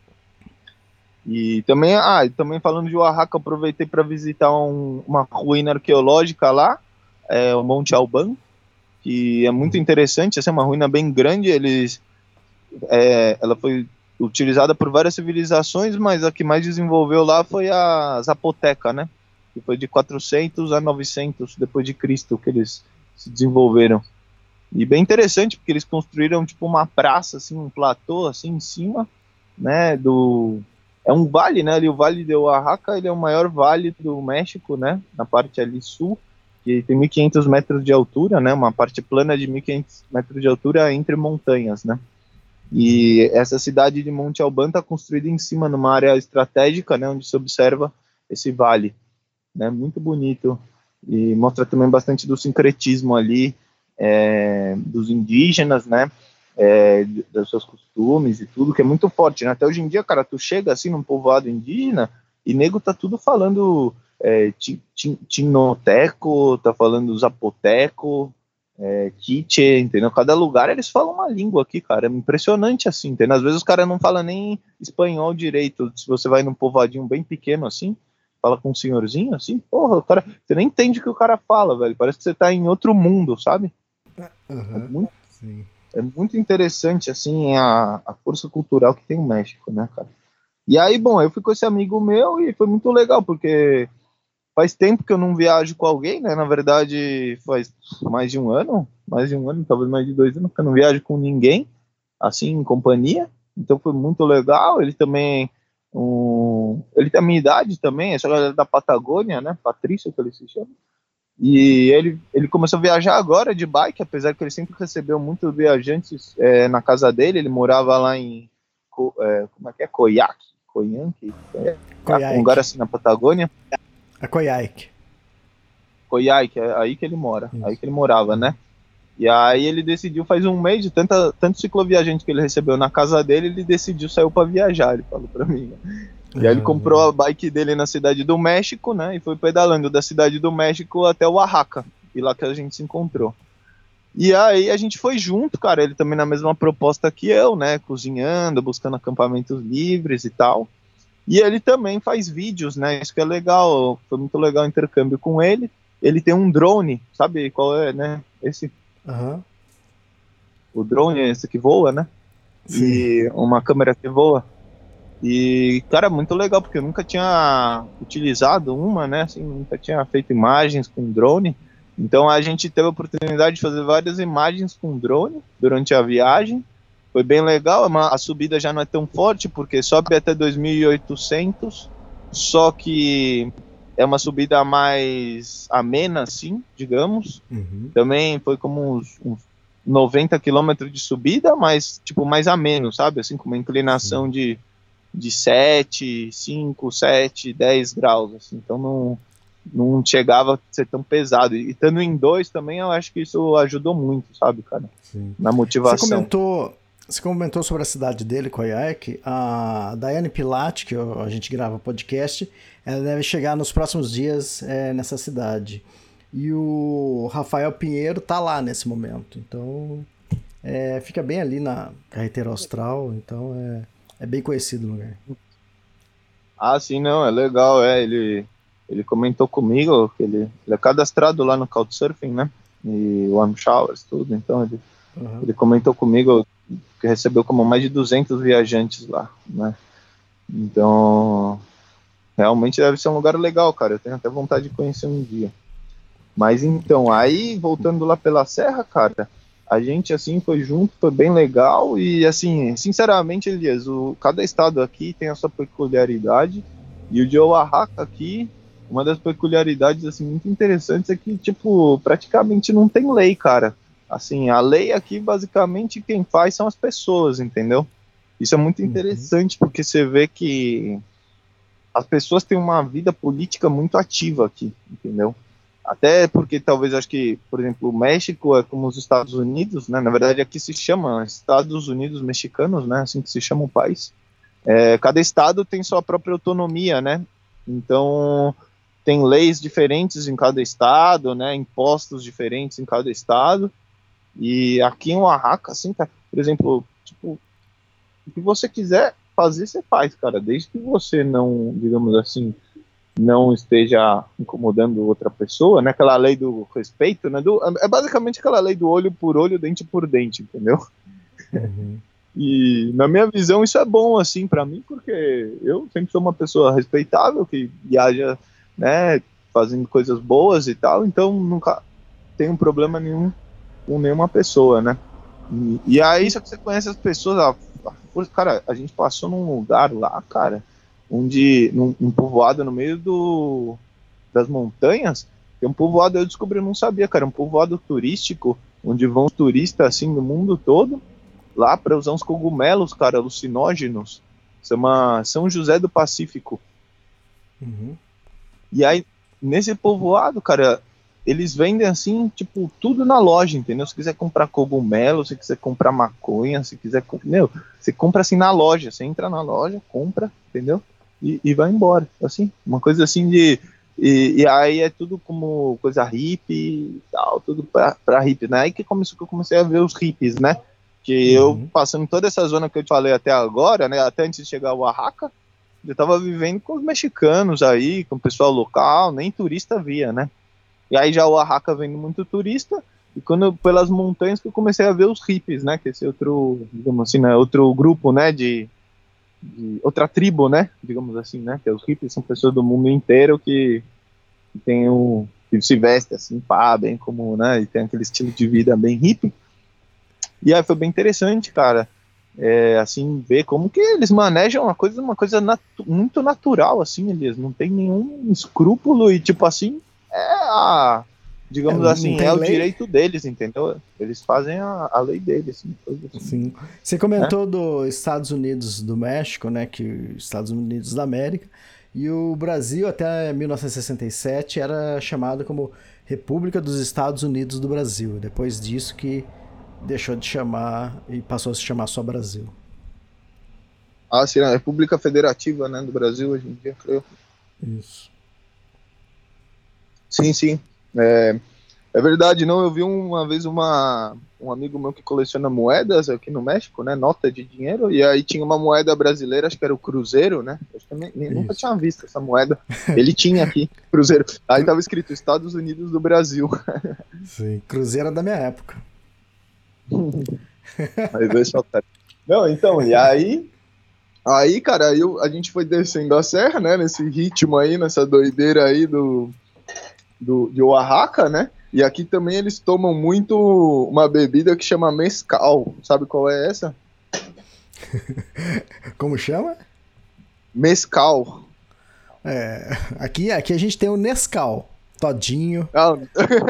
E também, falando de Oaxaca, aproveitei para visitar uma ruína arqueológica lá, o Monte Alban, que é muito interessante, essa é uma ruína bem grande, ela foi utilizada por várias civilizações, mas a que mais desenvolveu lá foi a Zapoteca, né? Que foi de 400 a 900 depois de Cristo que eles se desenvolveram. E bem interessante, porque eles construíram tipo uma praça, assim, um platô assim em cima, né, é um vale, né, ali o Vale de Oaxaca, ele é o maior vale do México, né, na parte ali sul, que tem 1.500 metros de altura, né, uma parte plana de 1.500 metros de altura entre montanhas, né. E essa cidade de Monte Alban está construída em cima, numa área estratégica, né, onde se observa esse vale, né, muito bonito, e mostra também bastante do sincretismo ali, dos indígenas, né, dos seus costumes e tudo, que é muito forte, né, até hoje em dia, cara, tu chega assim num povoado indígena, e nego tá tudo falando tinoteco, tá falando zapoteco, quiche, entendeu? Cada lugar eles falam uma língua aqui, cara, é impressionante assim, entendeu? Às vezes os caras não falam nem espanhol direito, se você vai num povoadinho bem pequeno assim, fala com um senhorzinho assim, porra, o cara, você nem entende o que o cara fala, velho, parece que você tá em outro mundo, sabe? É muito interessante, assim, a força cultural que tem o México, né, cara? E aí, bom, eu fui com esse amigo meu e foi muito legal, porque faz tempo que eu não viajo com alguém, né? Na verdade, faz mais de um ano, talvez mais de 2 anos que eu não viajo com ninguém, assim, em companhia. Então foi muito legal. Ele também, ele tem a minha idade também, essa galera da Patagônia, né? Patrício, que ele se chama. E ele começou a viajar agora de bike, apesar que ele sempre recebeu muitos viajantes na casa dele. Ele morava lá em, como é que é? Coyanqui? Um lugar assim na Patagônia. A Coyhaique, é aí que ele mora, aí que ele morava, né? E aí ele decidiu, faz um mês, de tanto cicloviajante que ele recebeu na casa dele, ele decidiu sair para viajar, ele falou para mim, né? E aí ele comprou a bike dele na Cidade do México, né? E foi pedalando da Cidade do México até o Oaxaca, e lá que a gente se encontrou. E aí a gente foi junto, cara, ele também na mesma proposta que eu, né? Cozinhando, buscando acampamentos livres e tal. E ele também faz vídeos, né? Isso que é legal, foi muito legal o intercâmbio com ele. Ele tem um drone, sabe qual é, né? Esse. O drone é esse que voa, né? Sim. E uma câmera que voa. E, cara, muito legal, porque eu nunca tinha utilizado uma, né? Assim, nunca tinha feito imagens com drone. Então a gente teve a oportunidade de fazer várias imagens com drone durante a viagem. Foi bem legal, a subida já não é tão forte, porque sobe até 2.800, só que é uma subida mais amena, assim, digamos. Também foi como uns 90 quilômetros de subida, mas tipo mais ameno, sabe? Assim, com uma inclinação de 7, 5, 7, 10 graus, assim. Então não chegava a ser tão pesado. E estando em 2 também, eu acho que isso ajudou muito, sabe, cara? Sim. Na motivação. Você comentou sobre a cidade dele, Coyhaique. A Daiane Pilate, que a gente grava podcast, ela deve chegar nos próximos dias nessa cidade. E o Rafael Pinheiro tá lá nesse momento. Então, fica bem ali na Carreteira Austral. Então, é bem conhecido o lugar. Ah, sim, não, é legal. Ele comentou comigo que ele é cadastrado lá no Couchsurfing, né? E Warm Showers, tudo. Então, ele comentou comigo que recebeu como mais de 200 viajantes lá, né? Então, realmente deve ser um lugar legal, cara. Eu tenho até vontade de conhecer um dia. Mas então, aí, voltando lá pela serra, cara, a gente, assim, foi junto, foi bem legal. E, assim, sinceramente, Elias, cada estado aqui tem a sua peculiaridade. E o de Oaxaca aqui, uma das peculiaridades, assim, muito interessantes é que, tipo, praticamente não tem lei, cara. Assim, a lei aqui, basicamente, quem faz são as pessoas, entendeu? Isso é muito interessante, porque você vê que as pessoas têm uma vida política muito ativa aqui, entendeu? Até porque talvez, acho que, por exemplo, o México é como os Estados Unidos, né? Na verdade, aqui se chama Estados Unidos Mexicanos, né? Assim que se chama o país. Cada estado tem sua própria autonomia, né? Então, tem leis diferentes em cada estado, né? Impostos diferentes em cada estado. E aqui em Oaxaca, assim, cara, por exemplo, tipo, o que você quiser fazer, você faz, cara. Desde que você não, digamos assim, não esteja incomodando outra pessoa, né? Aquela lei do respeito, né? É basicamente aquela lei do olho por olho, dente por dente, entendeu? Uhum. E na minha visão isso é bom, assim, pra mim, porque eu sempre sou uma pessoa respeitável, que viaja, né, fazendo coisas boas e tal, então nunca tenho problema nenhum com nenhuma pessoa, né? E aí, só que você conhece as pessoas, cara, a gente passou num lugar lá, cara, onde, num povoado no meio das montanhas, que é um povoado, eu descobri, eu não sabia, cara, um povoado turístico, onde vão turistas, assim, do mundo todo, lá para usar uns cogumelos, cara, alucinógenos, chama São José do Pacífico. Uhum. E aí, nesse povoado, cara, eles vendem, assim, tipo, tudo na loja, entendeu? Se quiser comprar cogumelo, se quiser comprar maconha, se quiser, meu, você compra assim na loja, você entra na loja, compra, entendeu? E vai embora, assim, uma coisa assim e aí é tudo como coisa hippie e tal, tudo pra hippie, né? Aí que começou que eu comecei a ver os hippies, né? Que eu, passando toda essa zona que eu te falei até agora, né? Até antes de chegar ao Oaxaca, eu tava vivendo com os mexicanos aí, com o pessoal local, nem turista via, né? E aí já o Oaxaca vendo muito turista, e quando pelas montanhas que eu comecei a ver os hippies, né? Que esse outro, digamos assim, né? Outro grupo, né? De outra tribo, né, digamos assim, né, que os hippies são pessoas do mundo inteiro que tem que se veste assim, pá, bem como, né, e tem aquele estilo de vida bem hippie. E aí foi bem interessante, cara, assim, ver como que eles manejam uma coisa muito natural, assim, eles não tem nenhum escrúpulo e, tipo assim, digamos assim, é o direito deles, entendeu? Eles fazem a lei deles, assim, coisa assim. Sim. Você comentou dos Estados Unidos do México, né, que Estados Unidos da América, e o Brasil até 1967 era chamado como República dos Estados Unidos do Brasil. Depois disso que deixou de chamar e passou a se chamar só Brasil. Ah, sim, a República Federativa, né, do Brasil hoje em dia, creio. Isso. Sim. É verdade, não, eu vi uma vez um amigo meu que coleciona moedas aqui no México, né, nota de dinheiro, e aí tinha uma moeda brasileira, acho que era o Cruzeiro, né, acho que eu nunca tinha visto essa moeda, ele tinha aqui, Cruzeiro, aí tava escrito Estados Unidos do Brasil. Sim, Cruzeiro é da minha época. Não, então, e aí, cara, a gente foi descendo a serra, né, nesse ritmo aí, nessa doideira aí de Oaxaca, né? E aqui também eles tomam muito uma bebida que chama mezcal. Sabe qual é essa? Como chama? Mezcal. Aqui a gente tem o Nescau, todinho. Não.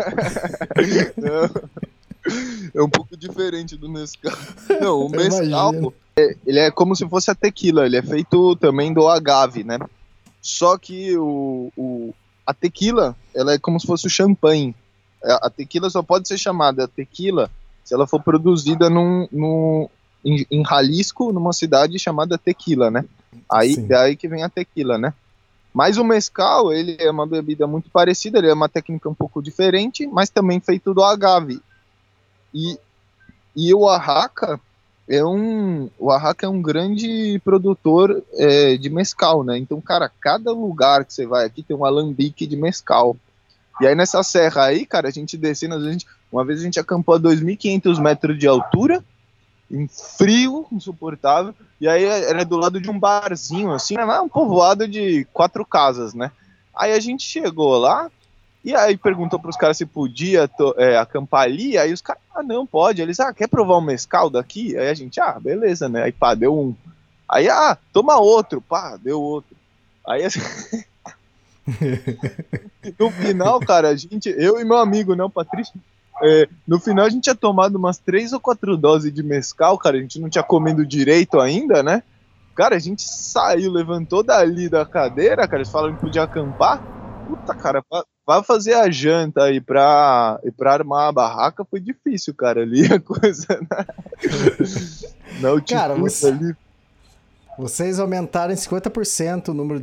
É um pouco diferente do Nescau. Não, o mezcal, ele é como se fosse a tequila. Ele é feito também do agave, né? Só que a tequila, ela é como se fosse o champanhe. A tequila só pode ser chamada tequila se ela for produzida em Jalisco, numa cidade chamada Tequila, né? Daí que vem a tequila, né? Mas o mezcal, ele é uma bebida muito parecida, ele é uma técnica um pouco diferente, mas também feito do agave. E o Oaxaca é um grande produtor de mezcal, né? Então, cara, cada lugar que você vai aqui tem um alambique de mezcal. E aí nessa serra aí, cara, a gente descendo, uma vez a gente acampou a 2.500 metros de altura, em frio, insuportável, e aí era do lado de um barzinho, assim, um povoado de 4 casas, né? Aí a gente chegou lá, e aí perguntou pros caras se podia acampar ali, aí os caras, não, pode. Eles, quer provar um mezcal daqui? Aí a gente, beleza, né? Aí, pá, deu um. Aí, toma outro, pá, deu outro. Aí, assim... No final, cara, eu e meu amigo, né, o Patrício, no final a gente tinha tomado umas 3 ou 4 doses de mezcal, cara, a gente não tinha comido direito ainda, né? Cara, a gente saiu, levantou dali da cadeira, cara, eles falaram que podia acampar. Puta, cara, pra fazer a janta e pra armar a barraca foi difícil, cara, ali a coisa, né? Na altitude Cara, ali. Vocês aumentaram em 50% o número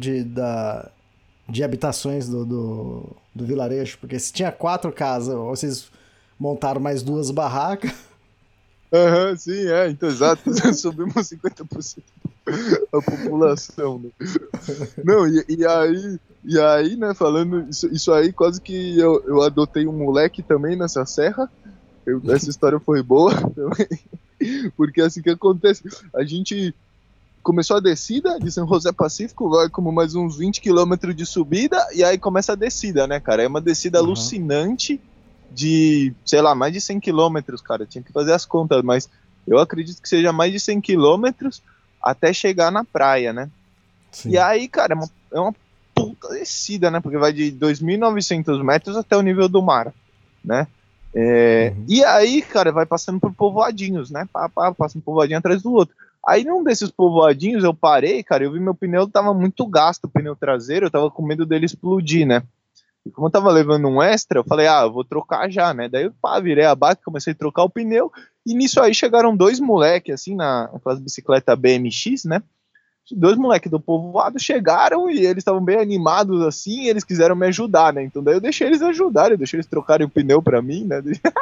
de habitações do vilarejo, porque se tinha 4 casas, vocês montaram mais 2 barracas. Aham, sim, então exato, subimos 50% a população, né? Não, e aí, né, falando isso aí, quase que eu adotei um moleque também nessa serra. Essa história foi boa também, porque assim que acontece, a gente começou a descida de São José Pacífico, vai como mais uns 20 km de subida, e aí começa a descida, né, cara? É uma descida alucinante de, sei lá, mais de 100 quilômetros, cara, tinha que fazer as contas, mas eu acredito que seja mais de 100 quilômetros até chegar na praia, né? Sim. E aí, cara, é uma puta descida, né, porque vai de 2.900 metros até o nível do mar, né? E aí, cara, vai passando por povoadinhos, né, passa um povoadinho atrás do outro. Aí num desses povoadinhos eu parei, cara, eu vi meu pneu tava muito gasto, o pneu traseiro, eu tava com medo dele explodir, né? E como eu tava levando um extra, eu falei, eu vou trocar já, né? Daí eu virei a bike, comecei a trocar o pneu, e nisso aí chegaram 2 moleques, assim, naquelas bicicletas BMX, né? 2 moleques do povoado chegaram e eles estavam bem animados, assim, e eles quiseram me ajudar, né? Então daí eu deixei eles ajudarem, eu deixei eles trocarem o pneu pra mim, né?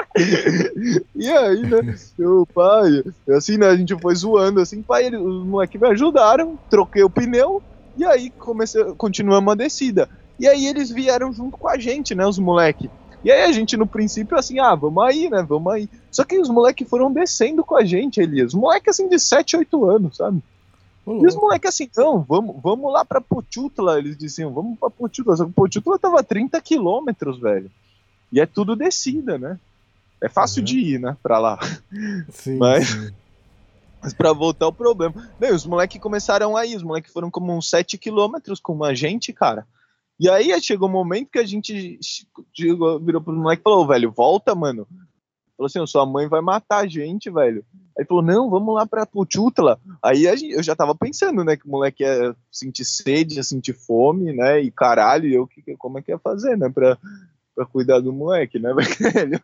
E aí, né, assim, né, a gente foi zoando, assim, pai, os moleques me ajudaram, troquei o pneu, e aí continuamos a descida. E aí eles vieram junto com a gente, né, os moleques. E aí a gente, no princípio, assim, vamos aí, né, vamos aí. Só que os moleques foram descendo com a gente, Elias. Moleque, assim, de 7, 8 anos, sabe? E os moleques assim, não, vamos lá pra Pochutla, eles diziam, vamos pra Pochutla. Só que Pochutla tava 30 quilômetros, velho. E é tudo descida, né? É fácil de ir, né, pra lá. Sim, mas sim. pra voltar o problema. Bem, os moleques começaram aí, os moleques foram como uns 7 quilômetros com a gente, cara. E aí chegou um momento que a gente virou pro moleque e falou, velho, volta, mano. Falou assim, sua mãe vai matar a gente, velho. Aí falou, não, vamos lá pra Pochutla. Aí eu já tava pensando, né, que o moleque ia sentir sede, ia sentir fome, né, e caralho, como é que ia fazer, né, pra cuidar do moleque, né, velho?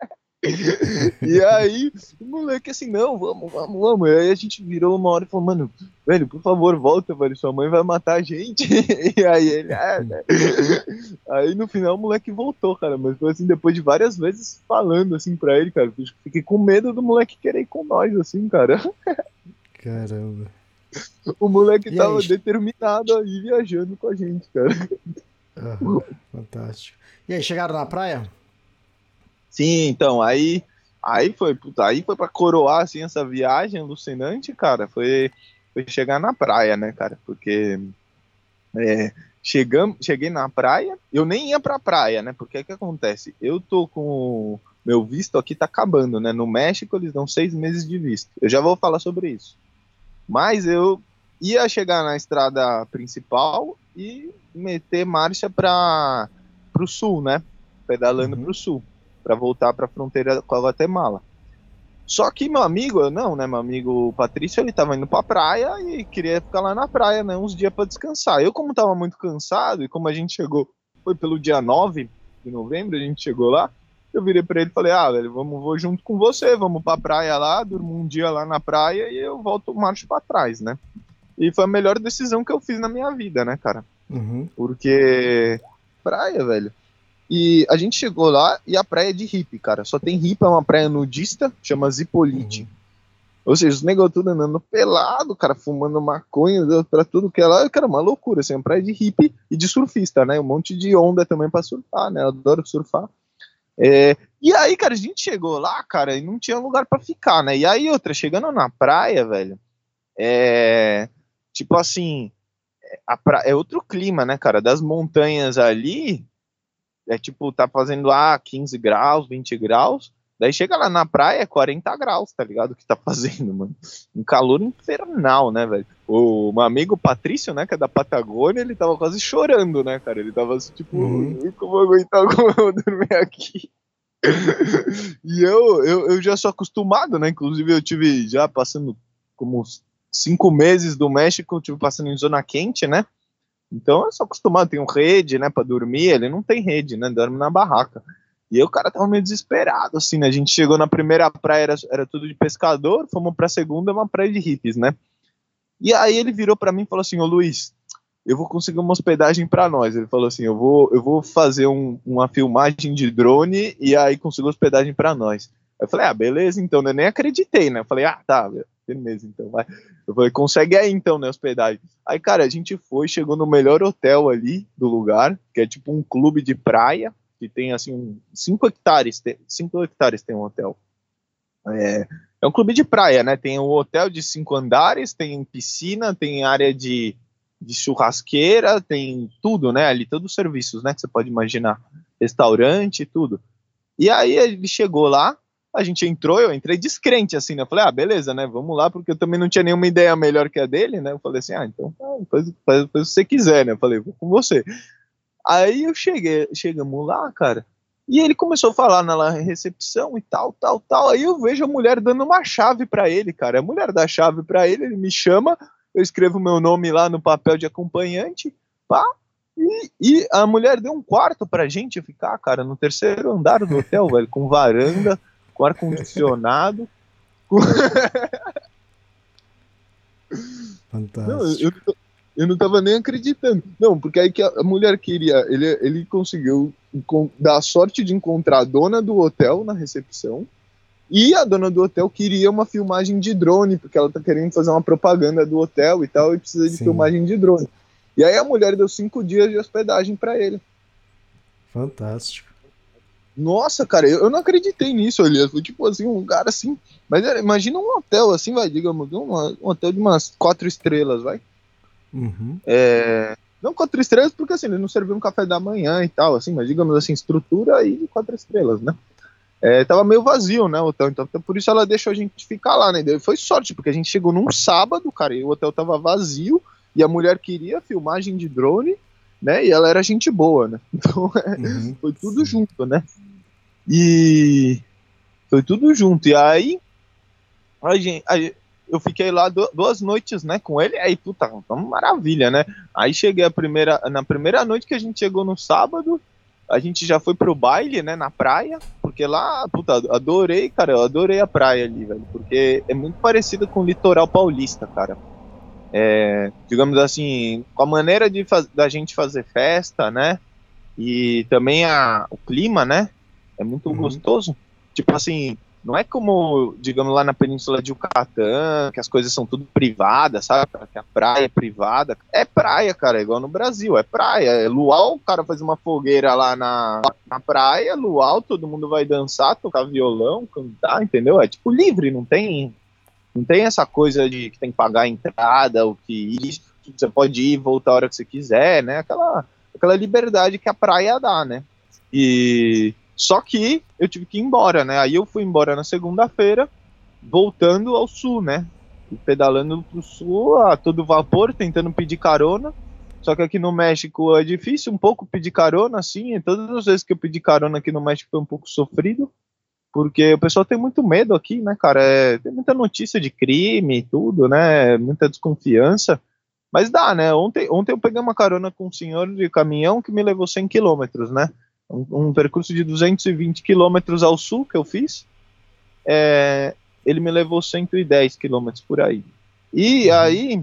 E aí, o moleque assim, não, vamos. E aí a gente virou uma hora e falou, mano, velho, por favor, volta, velho, sua mãe vai matar a gente. E aí ele, né? Aí no final o moleque voltou, cara, mas foi assim, depois de várias vezes falando assim pra ele, cara, fiquei com medo do moleque querer ir com nós, assim, cara. Caramba. O moleque tava determinado a ir viajando com a gente, cara. Fantástico. E aí, chegaram na praia? Sim, então, aí foi pra coroar, assim, essa viagem alucinante, cara, foi chegar na praia, né, cara, porque cheguei na praia, eu nem ia pra praia, né, porque o que acontece, eu tô com, meu visto aqui tá acabando, né, no México eles dão 6 meses de visto, eu já vou falar sobre isso, mas eu ia chegar na estrada principal e meter marcha pro sul, né, pedalando pro sul, para voltar para a fronteira com a Guatemala. Só que meu amigo Patrício, ele tava indo pra praia e queria ficar lá na praia, né, uns dias para descansar. Eu, como tava muito cansado, e como a gente chegou, foi pelo dia 9 de novembro, a gente chegou lá, eu virei para ele e falei, velho, vou junto com você, vamos pra praia lá, durmo um dia lá na praia e eu volto, marcho para trás, né. E foi a melhor decisão que eu fiz na minha vida, né, cara. Porque praia, velho. E a gente chegou lá e a praia é de hippie, cara. Só tem hippie, é uma praia nudista, chama Zipolite. Ou seja, os negócios tudo andando pelado, cara, fumando maconha pra tudo que é lá. Cara, uma loucura, assim, uma praia de hippie e de surfista, né? Um monte de onda também pra surfar, né? Eu adoro surfar. E aí, cara, a gente chegou lá, cara, e não tinha lugar pra ficar, né? E aí, chegando na praia, velho, tipo assim, é outro clima, né, cara? Das montanhas ali, tipo, tá fazendo 15 graus, 20 graus, daí chega lá na praia, é 40 graus, tá ligado? O que tá fazendo, mano? Um calor infernal, né, velho? O meu amigo Patrício, né, que é da Patagônia, ele tava quase chorando, né, cara? Ele tava assim, tipo, como eu aguentar, como eu dormir aqui? E eu já sou acostumado, né? Inclusive eu tive já passando como uns 5 meses do México, eu tive passando em zona quente, né? Então eu sou acostumado, tenho rede, né, pra dormir, ele não tem rede, né, dorme na barraca. E aí o cara tava meio desesperado, assim, né, a gente chegou na primeira praia, era tudo de pescador, fomos pra segunda, uma praia de hippies, né. E aí ele virou pra mim e falou assim, ô Luiz, eu vou conseguir uma hospedagem pra nós. Ele falou assim, eu vou fazer uma filmagem de drone e aí consigo hospedagem pra nós. Aí eu falei, beleza, então, eu nem acreditei, né, eu falei, tá, beleza, então, vai. Eu falei, consegue aí então, né, hospedagem. Aí, cara, a gente chegou no melhor hotel ali do lugar, que é tipo um clube de praia, que tem, assim, 5 hectares tem um hotel. É um clube de praia, né, tem um hotel de 5 andares, tem piscina, tem área de churrasqueira, tem tudo, né, ali, todos os serviços, né, que você pode imaginar, restaurante, tudo. E aí ele chegou lá, a gente entrou, eu entrei descrente, assim, né, eu falei, beleza, né, vamos lá, porque eu também não tinha nenhuma ideia melhor que a dele, né, eu falei assim, então, depois se você quiser, né, eu falei, vou com você. Aí chegamos lá, cara, e ele começou a falar na recepção e tal, aí eu vejo a mulher dando uma chave pra ele, cara, a mulher dá a chave pra ele me chama, eu escrevo meu nome lá no papel de acompanhante, pá, e a mulher deu um quarto pra gente ficar, cara, no 3º andar do hotel, velho, com varanda, com ar-condicionado. Fantástico. Eu não tava nem acreditando. Não, porque aí que a mulher queria, ele conseguiu dar a sorte de encontrar a dona do hotel na recepção, e a dona do hotel queria uma filmagem de drone, porque ela tá querendo fazer uma propaganda do hotel e tal, e precisa de filmagem de drone. E aí a mulher deu 5 dias de hospedagem pra ele. Fantástico. Nossa, cara, eu não acreditei nisso, Elias. Foi tipo assim, um lugar assim. Mas imagina um hotel assim, vai, digamos, um hotel de umas 4 estrelas, vai. Uhum. Não 4 estrelas, porque assim, ele não serviu um café da manhã e tal, assim, mas digamos assim, estrutura aí de 4 estrelas, né? Tava meio vazio, né, o hotel, então por isso ela deixou a gente ficar lá, né? Foi sorte, porque a gente chegou num sábado, cara, e o hotel tava vazio, e a mulher queria filmagem de drone, né? E ela era gente boa, né? Então foi tudo junto, né? E foi tudo junto. E aí eu fiquei lá 2 noites, né, com ele. Aí, puta, uma maravilha, né? Aí cheguei na primeira noite que a gente chegou no sábado, a gente já foi pro baile, né, na praia, porque lá, puta, adorei, cara, eu adorei a praia ali, velho, porque é muito parecida com o litoral paulista, cara. Digamos assim, com a maneira da gente fazer festa, né, e também o clima, né, é muito gostoso. Tipo assim, não é como, digamos, lá na Península de Yucatán, que as coisas são tudo privadas, sabe? Que a praia é privada. É praia, cara, igual no Brasil, é praia. É luau, o cara faz uma fogueira lá na praia, luau, todo mundo vai dançar, tocar violão, cantar, entendeu? É tipo livre, não tem essa coisa de que tem que pagar a entrada, ou que você pode ir e voltar a hora que você quiser, né? Aquela liberdade que a praia dá, né? Só que eu tive que ir embora, né? Aí eu fui embora na segunda-feira, voltando ao sul, né? E pedalando pro sul a todo vapor, tentando pedir carona. Só que aqui no México é difícil um pouco pedir carona, assim. E todas as vezes que eu pedi carona aqui no México foi um pouco sofrido. Porque o pessoal tem muito medo aqui, né, cara? Tem muita notícia de crime e tudo, né? Muita desconfiança. Mas dá, né? Ontem eu peguei uma carona com um senhor de caminhão que me levou 100 quilômetros, né? Um percurso de 220 quilômetros ao sul que eu fiz, ele me levou 110 quilômetros por aí. E aí,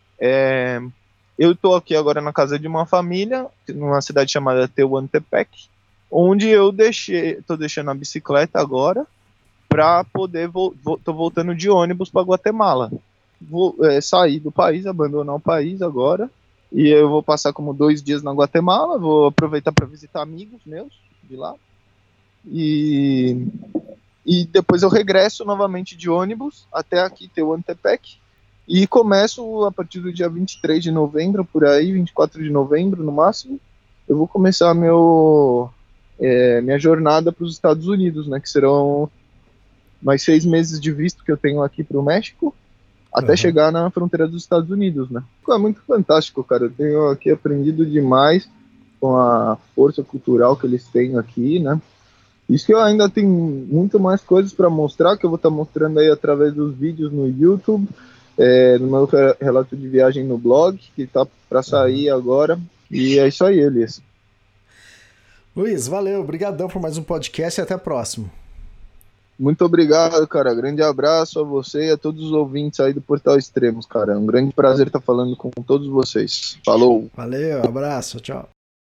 eu tô aqui agora na casa de uma família, numa cidade chamada Tehuantepec, onde eu tô deixando a bicicleta agora, para poder, tô voltando de ônibus para Guatemala. Vou sair do país, abandonar o país agora, e eu vou passar como 2 dias na Guatemala, vou aproveitar para visitar amigos meus de lá, e depois eu regresso novamente de ônibus até aqui, Tehuantepec, e começo a partir do dia 23 de novembro, por aí, 24 de novembro no máximo, eu vou começar minha jornada para os Estados Unidos, né, que serão mais 6 meses de visto que eu tenho aqui para o México, até chegar na fronteira dos Estados Unidos, né. É muito fantástico, cara, eu tenho aqui aprendido demais com a força cultural que eles têm aqui, né. Isso que eu ainda tenho muito mais coisas para mostrar, que eu vou estar mostrando aí através dos vídeos no YouTube, no meu relato de viagem no blog, que tá para sair agora. E é isso aí, Elias. Luiz, valeu, obrigadão por mais um podcast e até a próxima. Muito obrigado, cara. Grande abraço a você e a todos os ouvintes aí do Portal Extremos, cara. É um grande prazer estar falando com todos vocês. Falou! Valeu, abraço, tchau.